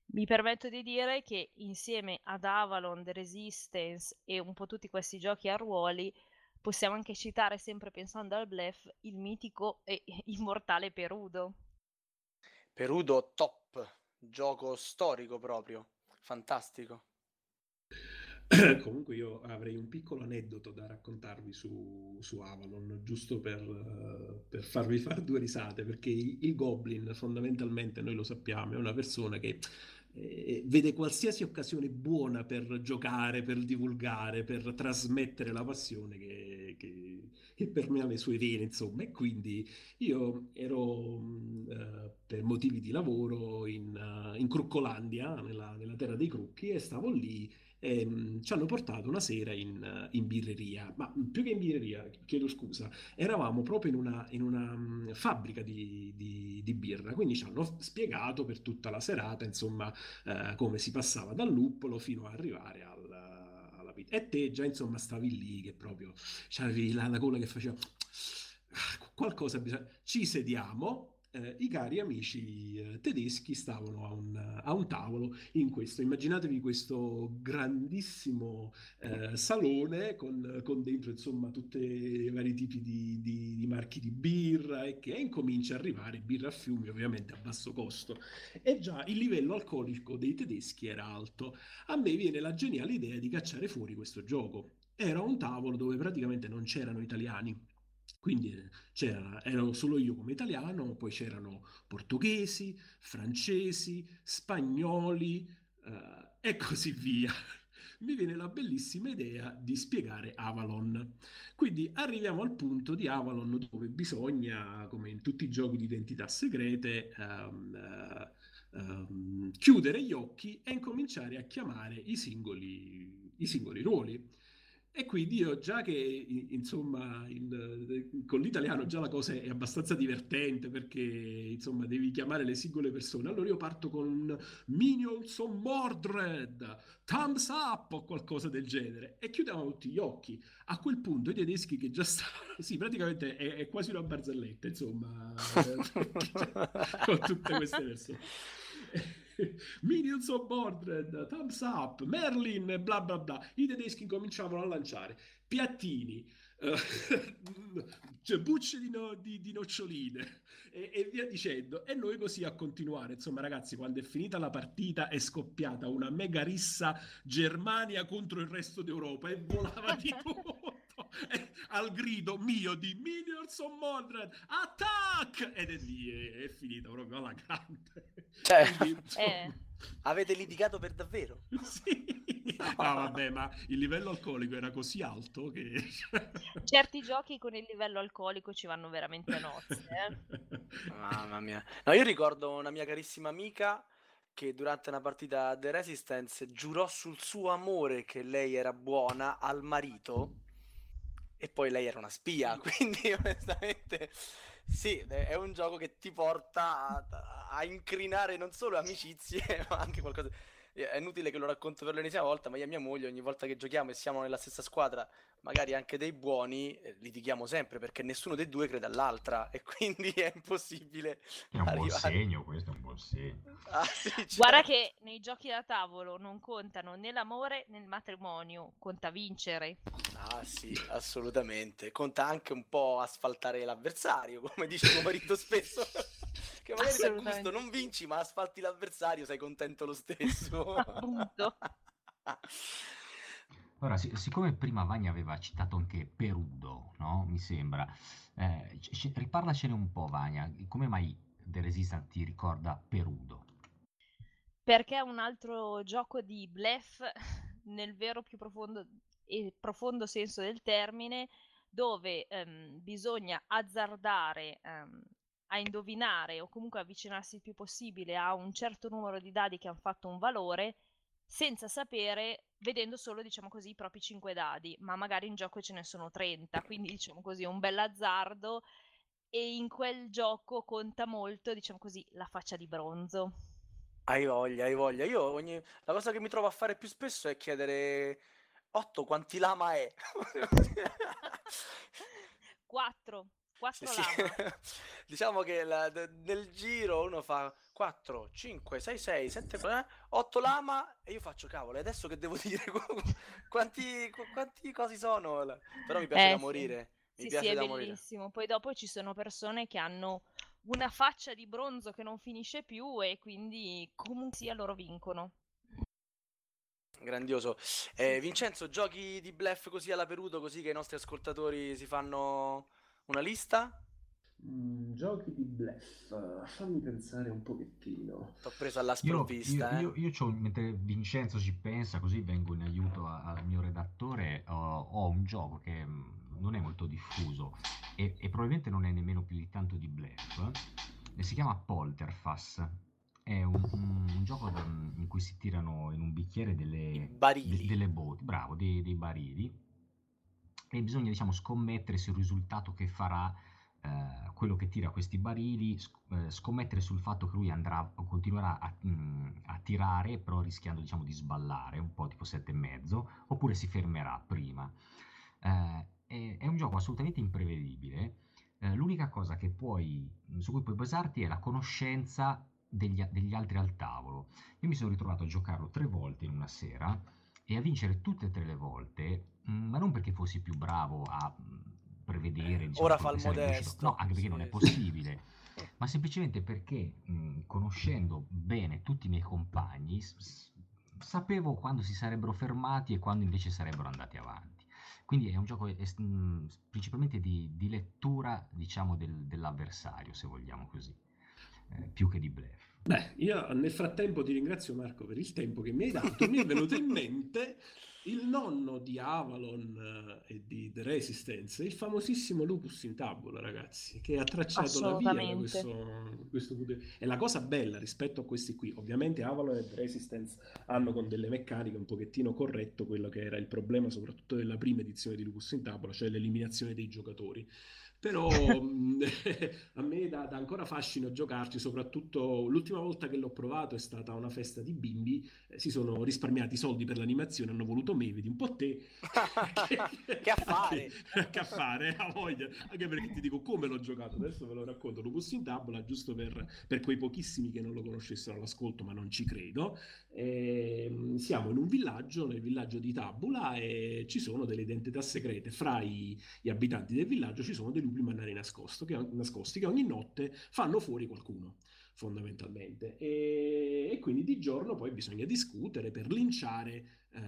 Mi permetto di dire che insieme ad Avalon, The Resistance e un po' tutti questi giochi a ruoli possiamo anche citare, sempre pensando al bluff, il mitico e immortale Perudo. Perudo top, gioco storico proprio, fantastico. Comunque io avrei un piccolo aneddoto da raccontarvi su Avalon, giusto per farvi fare due risate, perché il Goblin fondamentalmente, noi lo sappiamo, è una persona che vede qualsiasi occasione buona per giocare, per divulgare, per trasmettere la passione che permea le sue vene, insomma. E quindi io ero per motivi di lavoro in Cruccolandia, nella terra dei Crucchi, e stavo lì. Ci hanno portato una sera in birreria, ma più che in birreria, chiedo scusa, eravamo proprio in una fabbrica di birra, quindi ci hanno spiegato per tutta la serata, insomma, come si passava dal luppolo fino ad arrivare alla pizza. E te già, insomma, stavi lì che proprio c'avevi la gola che faceva qualcosa bisogna. Ci sediamo. I cari amici tedeschi stavano a un tavolo in questo. Immaginatevi questo grandissimo salone con dentro, insomma, tutti i vari tipi di marchi di birra e incomincia a arrivare birra a fiumi, ovviamente a basso costo. E già il livello alcolico dei tedeschi era alto. A me viene la geniale idea di cacciare fuori questo gioco. Era un tavolo dove praticamente non c'erano italiani. Quindi ero solo io come italiano, poi c'erano portoghesi, francesi, spagnoli e così via. Mi viene la bellissima idea di spiegare Avalon. Quindi arriviamo al punto di Avalon dove bisogna, come in tutti i giochi di identità segrete, chiudere gli occhi e incominciare a chiamare i singoli ruoli. E quindi io già che, insomma, con l'italiano già la cosa è abbastanza divertente perché, insomma, devi chiamare le singole persone. Allora io parto con Minions on Mordred, Thumbs Up o qualcosa del genere e chiudiamo tutti gli occhi. A quel punto i tedeschi che già stavano, sì, praticamente è quasi una barzelletta, insomma, con tutte queste persone. Minions on Mordred, Thumbs Up, Merlin, bla bla bla. I tedeschi cominciavano a lanciare piattini, cioè bucce di noccioline e via dicendo. E noi così a continuare. Insomma, ragazzi, quando è finita la partita è scoppiata una mega rissa Germania contro il resto d'Europa e volava di tutto. Al grido mio di Minions on Mordred, attack! Ed è lì, è finita proprio alla grande. Quindi, avete litigato per davvero? Sì. No, vabbè, ma il livello alcolico era così alto che certi giochi con il livello alcolico ci vanno veramente a nozze. Mamma mia. No, io ricordo una mia carissima amica che durante una partita The Resistance giurò sul suo amore che lei era buona al marito e poi lei era una spia, quindi onestamente sì, è un gioco che ti porta a incrinare non solo amicizie ma anche qualcosa. È inutile che lo racconto per l'ennesima volta, ma io e mia moglie ogni volta che giochiamo e siamo nella stessa squadra, magari anche dei buoni, litighiamo sempre perché nessuno dei due crede all'altra e quindi è impossibile È un buon arrivare. segno, questo è un buon segno. Ah, sì, certo. Guarda che nei giochi da tavolo non contano né l'amore né il matrimonio, conta vincere. Ah sì, assolutamente. Conta anche un po' asfaltare l'avversario, come dice tuo marito spesso. Che magari da gusto non vinci, ma asfalti l'avversario, sei contento lo stesso. Appunto. Ora, siccome prima Vagna aveva citato anche Perudo, no? Mi sembra. Riparlacene un po', Vagna. Come mai The Resistance ti ricorda Perudo? Perché è un altro gioco di bluff nel vero più profondo senso del termine, dove bisogna azzardare a indovinare o comunque avvicinarsi il più possibile a un certo numero di dadi che hanno fatto un valore, senza sapere, vedendo solo, diciamo così, i propri 5 dadi, ma magari in gioco ce ne sono 30, quindi diciamo così un bel azzardo, e in quel gioco conta molto, diciamo così, la faccia di bronzo. Hai voglia, hai voglia. La cosa che mi trovo a fare più spesso è chiedere 8 quanti lama è. 4 Sì, lama. Diciamo che nel giro uno fa 4, 5, 6, 6, 7, 8 lama e io faccio cavolo, e adesso che devo dire? quanti cosi sono? Però mi piace da Sì. morire. Mi Sì, piace sì, è da morire. bellissimo. Poi dopo ci sono persone che hanno una faccia di bronzo che non finisce più e quindi comunque sia loro vincono. Grandioso. Sì. Vincenzo, giochi di bluff così alla peruto, così che i nostri ascoltatori si fanno una lista? Giochi di bluff, fammi pensare un pochettino. T'ho preso alla sprovvista, Io mentre Vincenzo ci pensa, così vengo in aiuto al mio redattore, ho un gioco che non è molto diffuso e probabilmente non è nemmeno più di tanto di bluff, e si chiama Polterfass. È un gioco in cui si tirano in un bicchiere I barili. delle botti, bravo, dei barili, e bisogna, diciamo, scommettere sul risultato che farà quello che tira questi barili, scommettere sul fatto che lui continuerà a tirare, però rischiando, diciamo, di sballare, un po' tipo 7,5, oppure si fermerà prima. È un gioco assolutamente imprevedibile. L'unica cosa su cui puoi basarti è la conoscenza degli altri al tavolo. Io mi sono ritrovato a giocarlo 3 volte in una sera e a vincere tutte e 3 le volte, ma non perché fossi più bravo a prevedere, diciamo, Ora quello fa il che sarebbe uscito. modesto. No, anche perché non è Sì. possibile, ma semplicemente perché conoscendo bene tutti i miei compagni sapevo quando si sarebbero fermati e quando invece sarebbero andati avanti. Quindi è un gioco principalmente di lettura, diciamo, dell'avversario, se vogliamo così, più che di bluff. Beh, io nel frattempo ti ringrazio Marco per il tempo che mi hai dato. Mi è venuto in mente il nonno di Avalon e di The Resistance, il famosissimo Lupus in Tabula, ragazzi, che ha tracciato la via da questo potere. E la cosa bella rispetto a questi qui, ovviamente Avalon e The Resistance hanno con delle meccaniche un pochettino corretto quello che era il problema soprattutto della prima edizione di Lupus in Tabula, cioè l'eliminazione dei giocatori. Però a me dà ancora fascino giocarci, soprattutto l'ultima volta che l'ho provato è stata a una festa di bimbi, si sono risparmiati i soldi per l'animazione, hanno voluto me, vedi un po' te. Che affare! Che affare, a voglia. Anche perché ti dico come l'ho giocato, adesso ve lo racconto, lo pus in Tabula, giusto per quei pochissimi che non lo conoscessero all'ascolto, ma non ci credo. Siamo in un villaggio, nel villaggio di Tabula, e ci sono delle identità segrete. Fra gli abitanti del villaggio ci sono dei lupi mannari nascosti che ogni notte fanno fuori qualcuno, fondamentalmente, e quindi di giorno poi bisogna discutere per linciare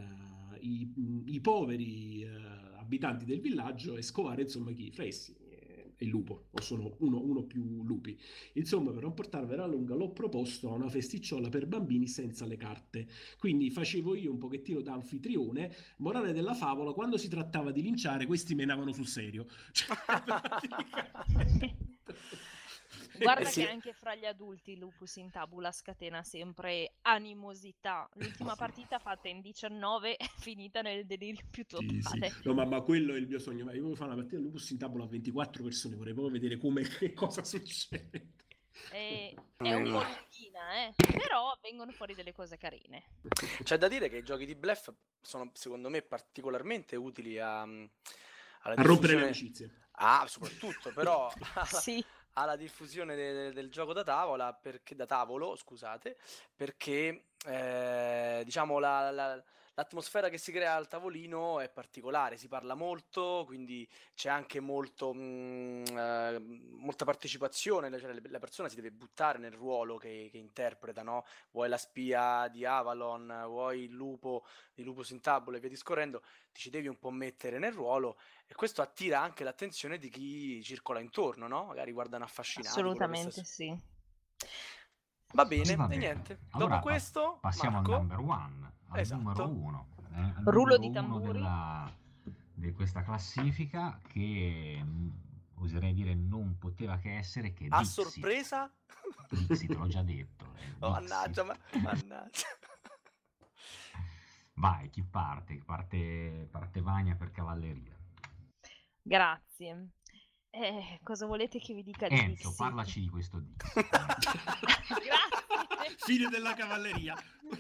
i poveri abitanti del villaggio e scovare, insomma, chi fra essi è il lupo, o sono uno più lupi. Insomma, per non portarvela lunga, l'ho proposto a una festicciola per bambini senza le carte, quindi facevo io un pochettino da anfitrione. Morale della favola, quando si trattava di linciare questi menavano sul serio. Guarda che anche fra gli adulti il Lupus in Tabula scatena sempre animosità. L'ultima partita fatta in 19 è finita nel delirio più totale. Sì. No, ma quello è il mio sogno. Io voglio fare una partita di Lupus in Tabula a 24 persone, vorrei proprio vedere che cosa succede. È un po' lunghina, però vengono fuori delle cose carine. C'è da dire che i giochi di bluff sono, secondo me, particolarmente utili a rompere le amicizie. Ah, soprattutto, però sì. alla diffusione del gioco da tavolo, scusate, perché diciamo l'atmosfera che si crea al tavolino è particolare, si parla molto, quindi c'è anche molta partecipazione, cioè la persona si deve buttare nel ruolo che interpreta, no? Vuoi la spia di Avalon, vuoi il lupo di Lupus in Tabula e via discorrendo, ti ci devi un po' mettere nel ruolo, e questo attira anche l'attenzione di chi circola intorno, no? Magari guardano affascinati. Assolutamente sì. Va bene, Sì, va e bene. niente. Allora, Dopo questo passiamo Marco, al number one, al esatto. numero uno. Rullo di uno tamburi. di questa classifica, che oserei dire non poteva che essere che a Dixit. sorpresa? Dixit, l'ho già detto. Oh, mannaggia. Vai, chi parte? Parte Vania per cavalleria. Grazie. Cosa volete che vi dica di Enzo, Dixit? parlaci di questo Dixit. Grazie. Fine della cavalleria.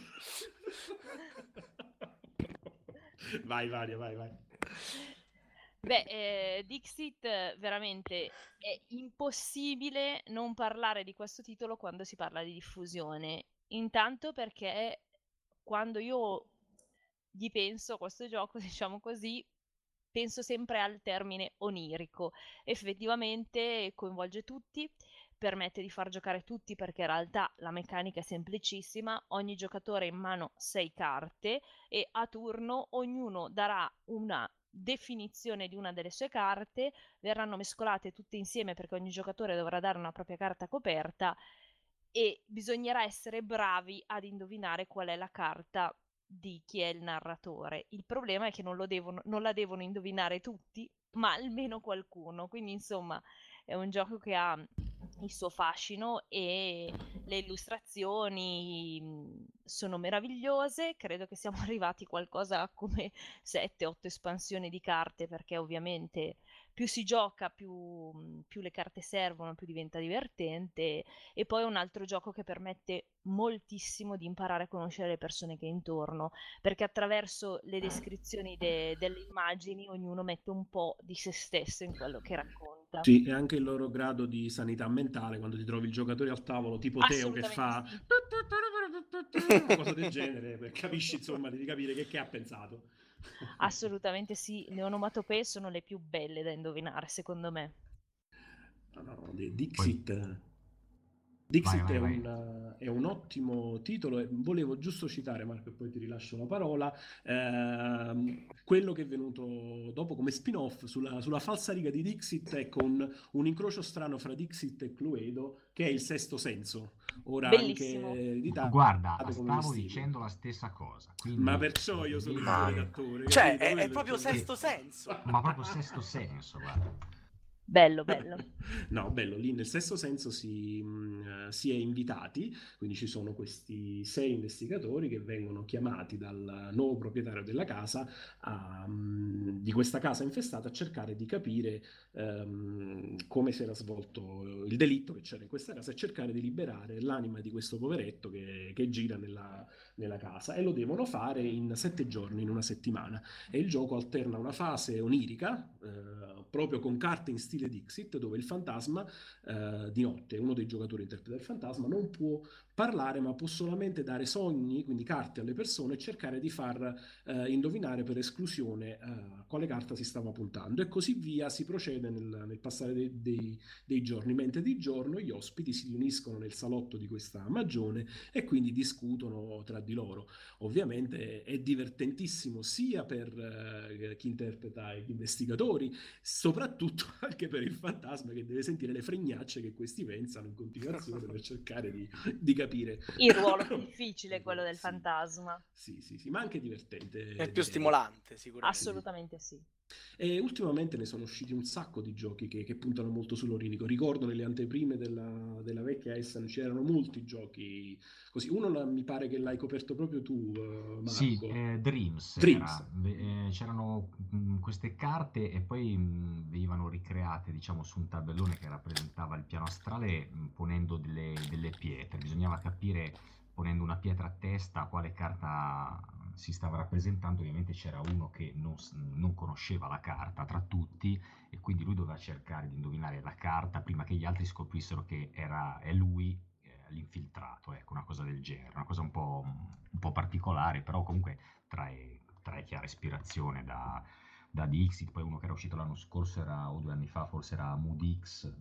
Vai. Dixit veramente è impossibile non parlare di questo titolo quando si parla di diffusione. Intanto perché quando io gli penso a questo gioco, diciamo così, penso sempre al termine onirico. Effettivamente coinvolge tutti, permette di far giocare tutti perché in realtà la meccanica è semplicissima, ogni giocatore ha in mano 6 carte e a turno ognuno darà una definizione di una delle sue carte, verranno mescolate tutte insieme perché ogni giocatore dovrà dare una propria carta coperta e bisognerà essere bravi ad indovinare qual è la carta di chi è il narratore. Il problema è che non la devono indovinare tutti, ma almeno qualcuno. Quindi, insomma, è un gioco che ha il suo fascino e le illustrazioni sono meravigliose. Credo che siamo arrivati a qualcosa come 7-8 espansioni di carte, perché ovviamente più si gioca, più le carte servono, più diventa divertente. E poi è un altro gioco che permette moltissimo di imparare a conoscere le persone che hai intorno, perché attraverso le descrizioni delle immagini ognuno mette un po' di se stesso in quello che racconta. Sì, e anche il loro grado di sanità mentale quando ti trovi il giocatore al tavolo, tipo Teo che fa Assolutamente sì. una cosa del genere, capisci insomma, devi capire che ha pensato. Assolutamente sì, le onomatopee sono le più belle da indovinare, secondo me. No, Poi, vai, Dixit vai, vai. è un ottimo titolo e volevo giusto citare, Marco, e poi ti rilascio la parola, quello che è venuto dopo come spin-off sulla falsariga di Dixit e con un incrocio strano fra Dixit e Cluedo, che è Il Sesto Senso, ora anche Bellissimo. editato Guarda, come stavo Mysterium. dicendo la stessa cosa, Ma quindi perciò io sono il vedi tuo Ma, che... redattore, cioè, capito? è Quello proprio c'è. sesto senso. Ma proprio sesto senso, guarda. Bello, bello. No, bello, lì nel stesso senso si è invitati, quindi ci sono questi 6 investigatori che vengono chiamati dal nuovo proprietario della casa, di questa casa infestata, a cercare di capire come si era svolto il delitto che c'era in questa casa e cercare di liberare l'anima di questo poveretto che gira nella casa, e lo devono fare in 7 giorni, in una settimana. E il gioco alterna una fase onirica, proprio con carte in stile Dixit, dove il fantasma di notte, uno dei giocatori interpreta il fantasma, non può parlare ma può solamente dare sogni, quindi carte alle persone, e cercare di far indovinare per esclusione a quale carta si stava puntando, e così via si procede nel passare dei giorni, mentre di giorno gli ospiti si riuniscono nel salotto di questa magione e quindi discutono tra di loro. Ovviamente è divertentissimo sia per chi interpreta gli investigatori, soprattutto anche per il fantasma che deve sentire le fregnacce che questi pensano in continuazione per cercare di capire. Il ruolo più difficile è quello del Sì. fantasma. Sì, ma anche divertente. È più direi. stimolante, sicuramente. Assolutamente sì. E ultimamente ne sono usciti un sacco di giochi che puntano molto sull'onirico. Ricordo nelle anteprime della vecchia Essen c'erano molti giochi così. Uno mi pare che l'hai coperto proprio tu, Marco. Sì, Dreams Dreams. era. C'erano queste carte e poi venivano ricreate, diciamo, su un tabellone che rappresentava il piano astrale, ponendo delle pietre. Bisognava capire, ponendo una pietra a testa, quale carta si stava rappresentando. Ovviamente c'era uno che non conosceva la carta tra tutti, e quindi lui doveva cercare di indovinare la carta prima che gli altri scoprissero che è lui l'infiltrato, ecco, una cosa del genere, una cosa un po' particolare, però comunque trae chiara ispirazione da Dixit. Poi uno che era uscito l'anno scorso o 2 anni fa, forse era Mood X,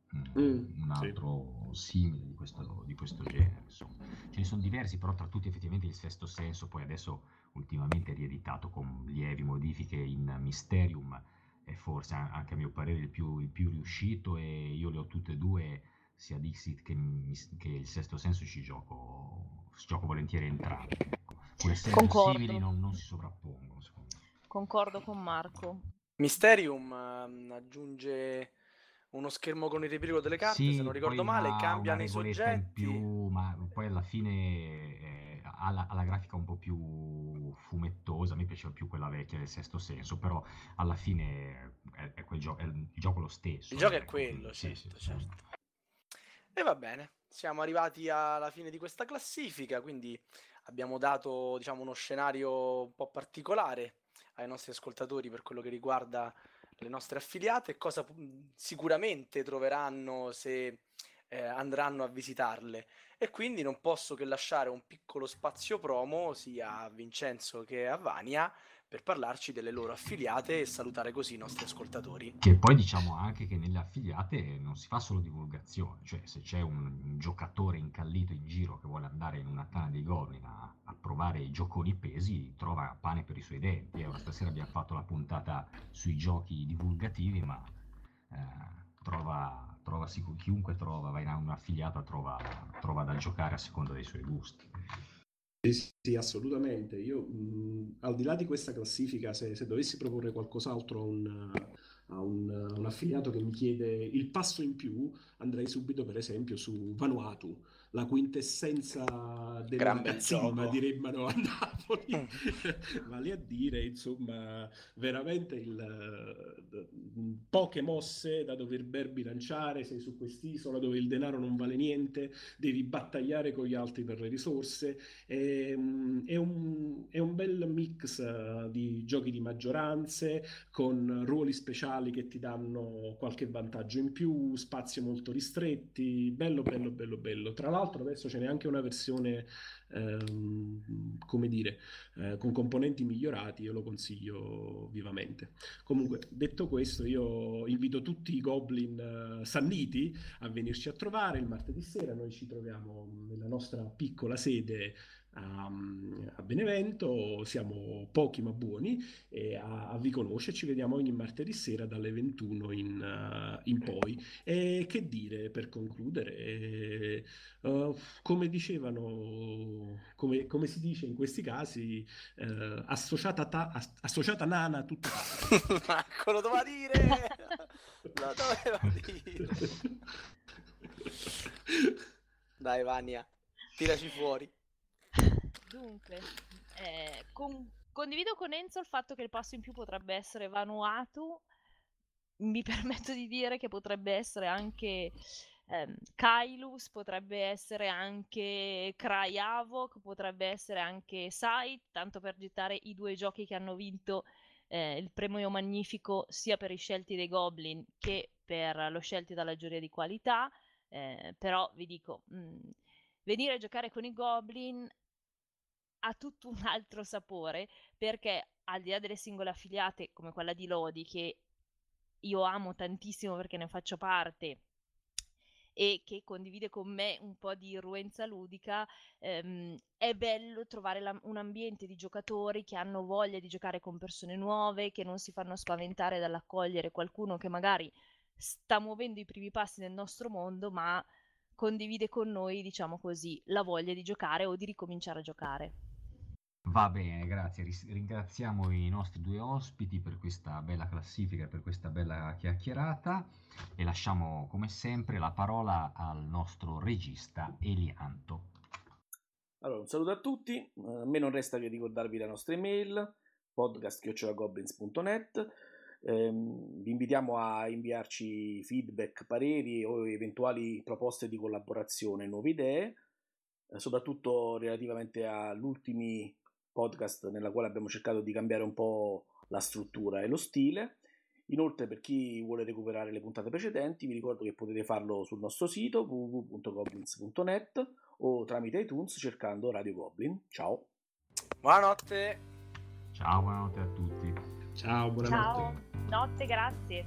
un altro simile di questo genere, insomma. Ce ne sono diversi, però tra tutti effettivamente Il Sesto Senso, poi adesso ultimamente è rieditato con lievi modifiche in Mysterium, è forse anche a mio parere il più riuscito, e io le ho tutte e due, sia Dixit che Il Sesto Senso, ci gioco volentieri entrambi, ecco. Pur essendo Concordo. simili non si sovrappongono, secondo me. Concordo con Marco. Mysterium aggiunge uno schermo con il riepilogo delle carte, Sì, se non ricordo poi male, una cambiano i regoletta in soggetti. più, ma poi alla fine ha la grafica un po' più fumettosa. A me piaceva più quella vecchia del Sesto Senso, però alla fine è il gioco lo stesso. Il gioco è ecco. quello, Sì, certo, sì. certo. E va bene, siamo arrivati alla fine di questa classifica, quindi abbiamo dato, diciamo, uno scenario un po' particolare ai nostri ascoltatori per quello che riguarda le nostre affiliate, cosa sicuramente troveranno se andranno a visitarle, e quindi non posso che lasciare un piccolo spazio promo sia a Vincenzo che a Vania per parlarci delle loro affiliate e salutare così i nostri ascoltatori. Che poi diciamo anche che nelle affiliate non si fa solo divulgazione, cioè se c'è un giocatore incallito in giro che vuole andare in una Tana dei Goblin a provare i gioconi pesi, trova pane per i suoi denti. Ora stasera abbiamo fatto la puntata sui giochi divulgativi, ma chiunque va in un'affiliata trova da giocare a seconda dei suoi gusti. Sì, assolutamente. Io, al di là di questa classifica, se dovessi proporre qualcos'altro a un affiliato che mi chiede il passo in più, andrei subito, per esempio, su Vanuatu, la quintessenza del Gran bel ragazzismo, gioco. direbbero a Napoli. Vale a dire, insomma, veramente poche mosse da dover ben bilanciare. Sei su quest'isola dove il denaro non vale niente, devi battagliare con gli altri per le risorse. È un bel mix di giochi di maggioranze con ruoli speciali che ti danno qualche vantaggio in più, spazi molto ristretti, bello. Tra l'altro adesso ce n'è anche una versione come dire, con componenti migliorati, io lo consiglio vivamente. Comunque, detto questo, io invito tutti i goblin sanniti a venirci a trovare il martedì sera. Noi ci troviamo nella nostra piccola sede a Benevento, siamo pochi ma buoni, e a vi conosce, ci vediamo ogni martedì sera dalle 21 in poi. E che dire per concludere? Come dicevano, come si dice in questi casi, associata nana tutta. Marco, lo doveva dire! Lo doveva dire! Dai, Vania, tiraci fuori. Dunque, condivido con Enzo il fatto che il passo in più potrebbe essere Vanuatu. Mi permetto di dire che potrebbe essere anche Kailus, potrebbe essere anche Cry Havoc, potrebbe essere anche Sight, tanto per gettare i 2 giochi che hanno vinto il premio magnifico sia per i scelti dei Goblin che per lo scelti dalla giuria di qualità. Però vi dico, venire a giocare con i Goblin ha tutto un altro sapore, perché al di là delle singole affiliate come quella di Lodi, che io amo tantissimo perché ne faccio parte e che condivide con me un po' di irruenza ludica, è bello trovare un ambiente di giocatori che hanno voglia di giocare con persone nuove, che non si fanno spaventare dall'accogliere qualcuno che magari sta muovendo i primi passi nel nostro mondo, ma condivide con noi, diciamo così, la voglia di giocare o di ricominciare a giocare. Va bene, grazie. Ringraziamo i nostri 2 ospiti per questa bella classifica, per questa bella chiacchierata, e lasciamo come sempre la parola al nostro regista Elianto. Allora, un saluto a tutti. A me non resta che ricordarvi la nostra email, podcast@goblins.net. Vi invitiamo a inviarci feedback, pareri o eventuali proposte di collaborazione, nuove idee, soprattutto relativamente agli ultimi podcast nella quale abbiamo cercato di cambiare un po' la struttura e lo stile. Inoltre, per chi vuole recuperare le puntate precedenti, vi ricordo che potete farlo sul nostro sito www.goblins.net o tramite iTunes cercando Radio Goblin. Ciao. Buonanotte. Ciao, buonanotte a tutti. Ciao, buonanotte. Ciao, notte, grazie.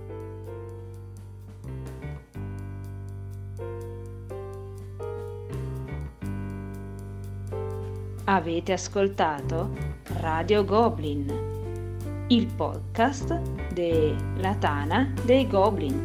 Avete ascoltato Radio Goblin, il podcast della Tana dei Goblin.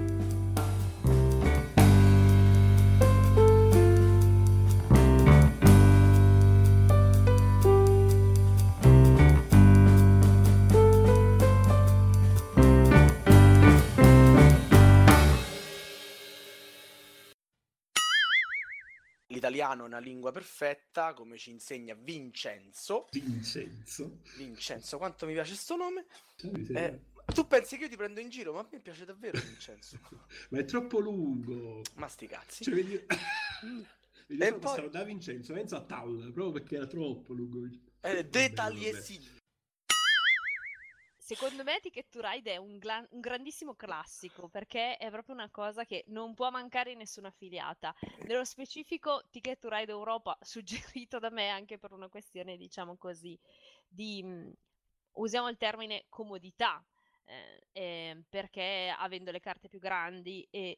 L'italiano è una lingua perfetta, come ci insegna Vincenzo. Vincenzo, quanto mi piace sto nome. Tu pensi che io ti prendo in giro, ma a me piace davvero Vincenzo. Ma è troppo lungo. Ma sti cazzi. Cioè, vedi E poi passare da Vincenzo Enzo a Tal, proprio perché era troppo lungo. De Taliesin. secondo me Ticket to Ride è un grandissimo classico, perché è proprio una cosa che non può mancare in nessuna affiliata. Nello specifico Ticket to Ride Europa, suggerito da me anche per una questione, diciamo così, di usiamo il termine comodità, perché avendo le carte più grandi e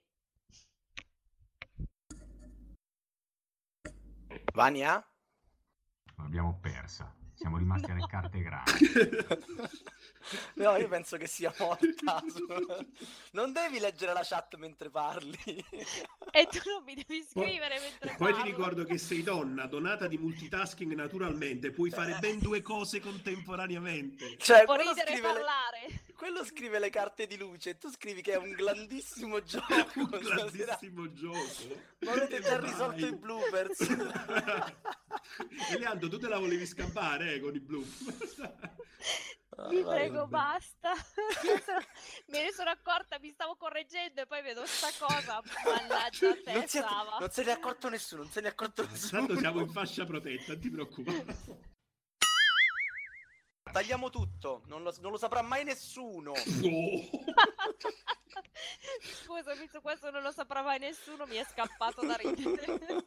Vania? L'abbiamo persa. Siamo rimasti alle carte grandi. No, io penso che sia morta. Non devi leggere la chat mentre parli. E tu non mi devi scrivere mentre Poi ti parlo. ricordo che sei donna, donata di multitasking naturalmente, puoi fare ben 2 cose contemporaneamente. Cioè, Può ridere e parlare. quello scrive le carte di luce e tu scrivi che è un grandissimo gioco. Un grandissimo gioco. Ma avete già Vai. risolto i bloopers. Eliando, tu te la volevi scappare con i bloopers. Vi prego, vabbè. basta. Me ne sono accorta, mi stavo correggendo e poi vedo sta cosa. Mannaggia a te, Sava. Non se ne è accorto nessuno, non se ne è accorto nessuno. Tanto siamo in fascia protetta, non ti preoccupare. Tagliamo tutto, non lo saprà mai nessuno. Scusami, su questo non lo saprà mai nessuno, mi è scappato da ridere.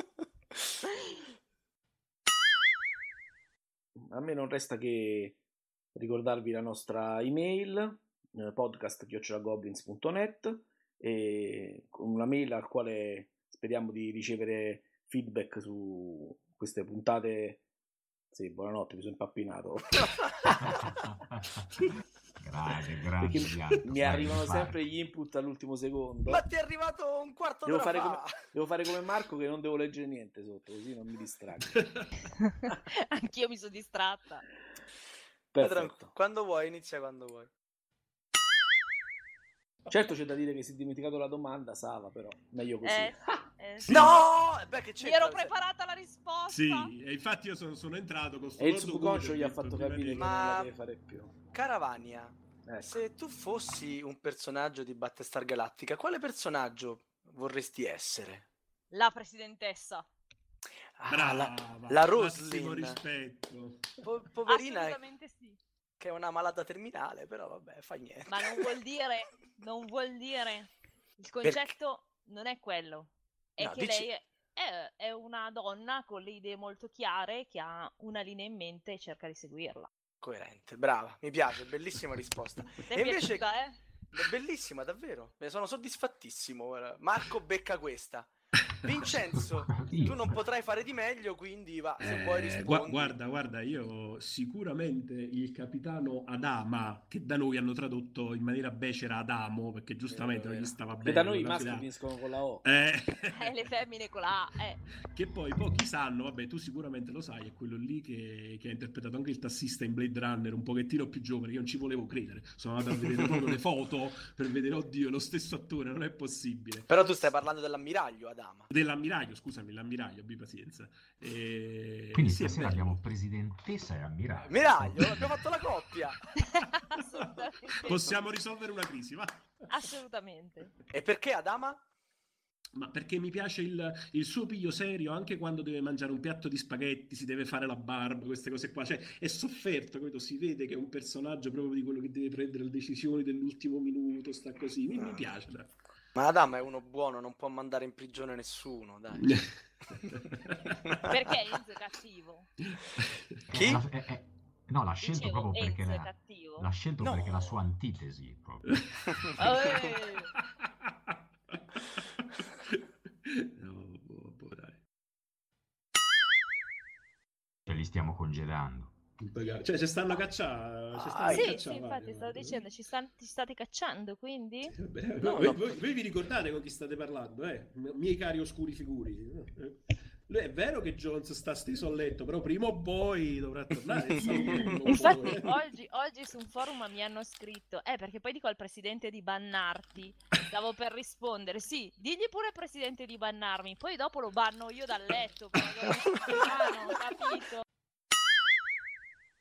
A me non resta che ricordarvi la nostra email, podcast@goblins.net, e con una mail al quale speriamo di ricevere feedback su queste puntate. Sì, buonanotte, mi sono impappinato. Grande, Perché Bianco, mi arrivano sempre gli input all'ultimo secondo. Ma ti è arrivato un quarto Devo d'ora fare, fa. devo fare come Marco, che non devo leggere niente sotto, così non mi distraggo. Anch'io mi sono distratta. Perfetto. Quando vuoi, inizia quando vuoi. Certo c'è da dire che si è dimenticato la domanda, Sava, però meglio così. Sì. No! Beh, che c'è? Mi ero preparata la risposta. Sì, e infatti io sono entrato con sto E il gordo subconscio cuore, gli ha ho detto, fatto prima capire di- che non la deve fare più. Caravania, Ecco. se tu fossi un personaggio di Battlestar Galactica, quale personaggio vorresti essere? La presidentessa. Brava, la massimo Roslin. rispetto. Poverina, Assolutamente sì. che è una malata terminale, però vabbè, fa niente. Ma non vuol dire. Il concetto non è quello. È No, che dici- lei è una donna con le idee molto chiare, che ha una linea in mente e cerca di seguirla. Coerente, brava, mi piace, bellissima risposta. Ti è E invece, piaciuta, eh? è bellissima, davvero. Ne sono soddisfattissimo. Guarda. Marco becca questa. Vincenzo, tu non potrai fare di meglio, quindi va, se vuoi rispondi. Guarda, io sicuramente il capitano Adama, che da noi hanno tradotto in maniera becera Adamo, perché giustamente non gli stava Che bene. da noi i con la maschi fila- finiscono con la O. Le femmine con la A, Che poi pochi sanno, vabbè, tu sicuramente lo sai, è quello lì che ha interpretato anche il tassista in Blade Runner, un pochettino più giovane. Io non ci volevo credere, sono andato a vedere proprio le foto per vedere, oddio, lo stesso attore, non è possibile. Però tu stai parlando dell'ammiraglio, Adama. Dell'ammiraglio, scusami, l'ammiraglio, abbi pazienza. Quindi sì, è stasera bello. abbiamo presidentessa e ammiraglio. Ammiraglio, abbiamo fatto la coppia. Assolutamente. Possiamo risolvere una crisi, va? Assolutamente. E perché Adama? Ma perché mi piace il suo piglio serio, anche quando deve mangiare un piatto di spaghetti, si deve fare la barba, queste cose qua, cioè è sofferto, capito? Si vede che è un personaggio proprio di quello che deve prendere le decisioni dell'ultimo minuto, sta così, mi piace, dai. Ma Adama è uno buono, non può mandare in prigione nessuno, dai. Perché Enzo è cattivo? Chi? No, l'ha scelto Dicevo, proprio perché Enzo è cattivo? l'ha scelto No. perché è la sua antitesi proprio. No, dai. Cioè, li stiamo congedando. Cioè, ci stanno a cacciare. Sì, infatti stavo dicendo, ci state cacciando, quindi? Vabbè, No, voi vi ricordate con chi state parlando, miei cari oscuri figuri. Lui è vero che Jones sta steso a letto, però prima o poi dovrà tornare. Infatti oggi su un forum mi hanno scritto perché poi dico al presidente di bannarti, stavo per rispondere, sì, digli pure al presidente di bannarmi, poi dopo lo banno io dal letto, capito?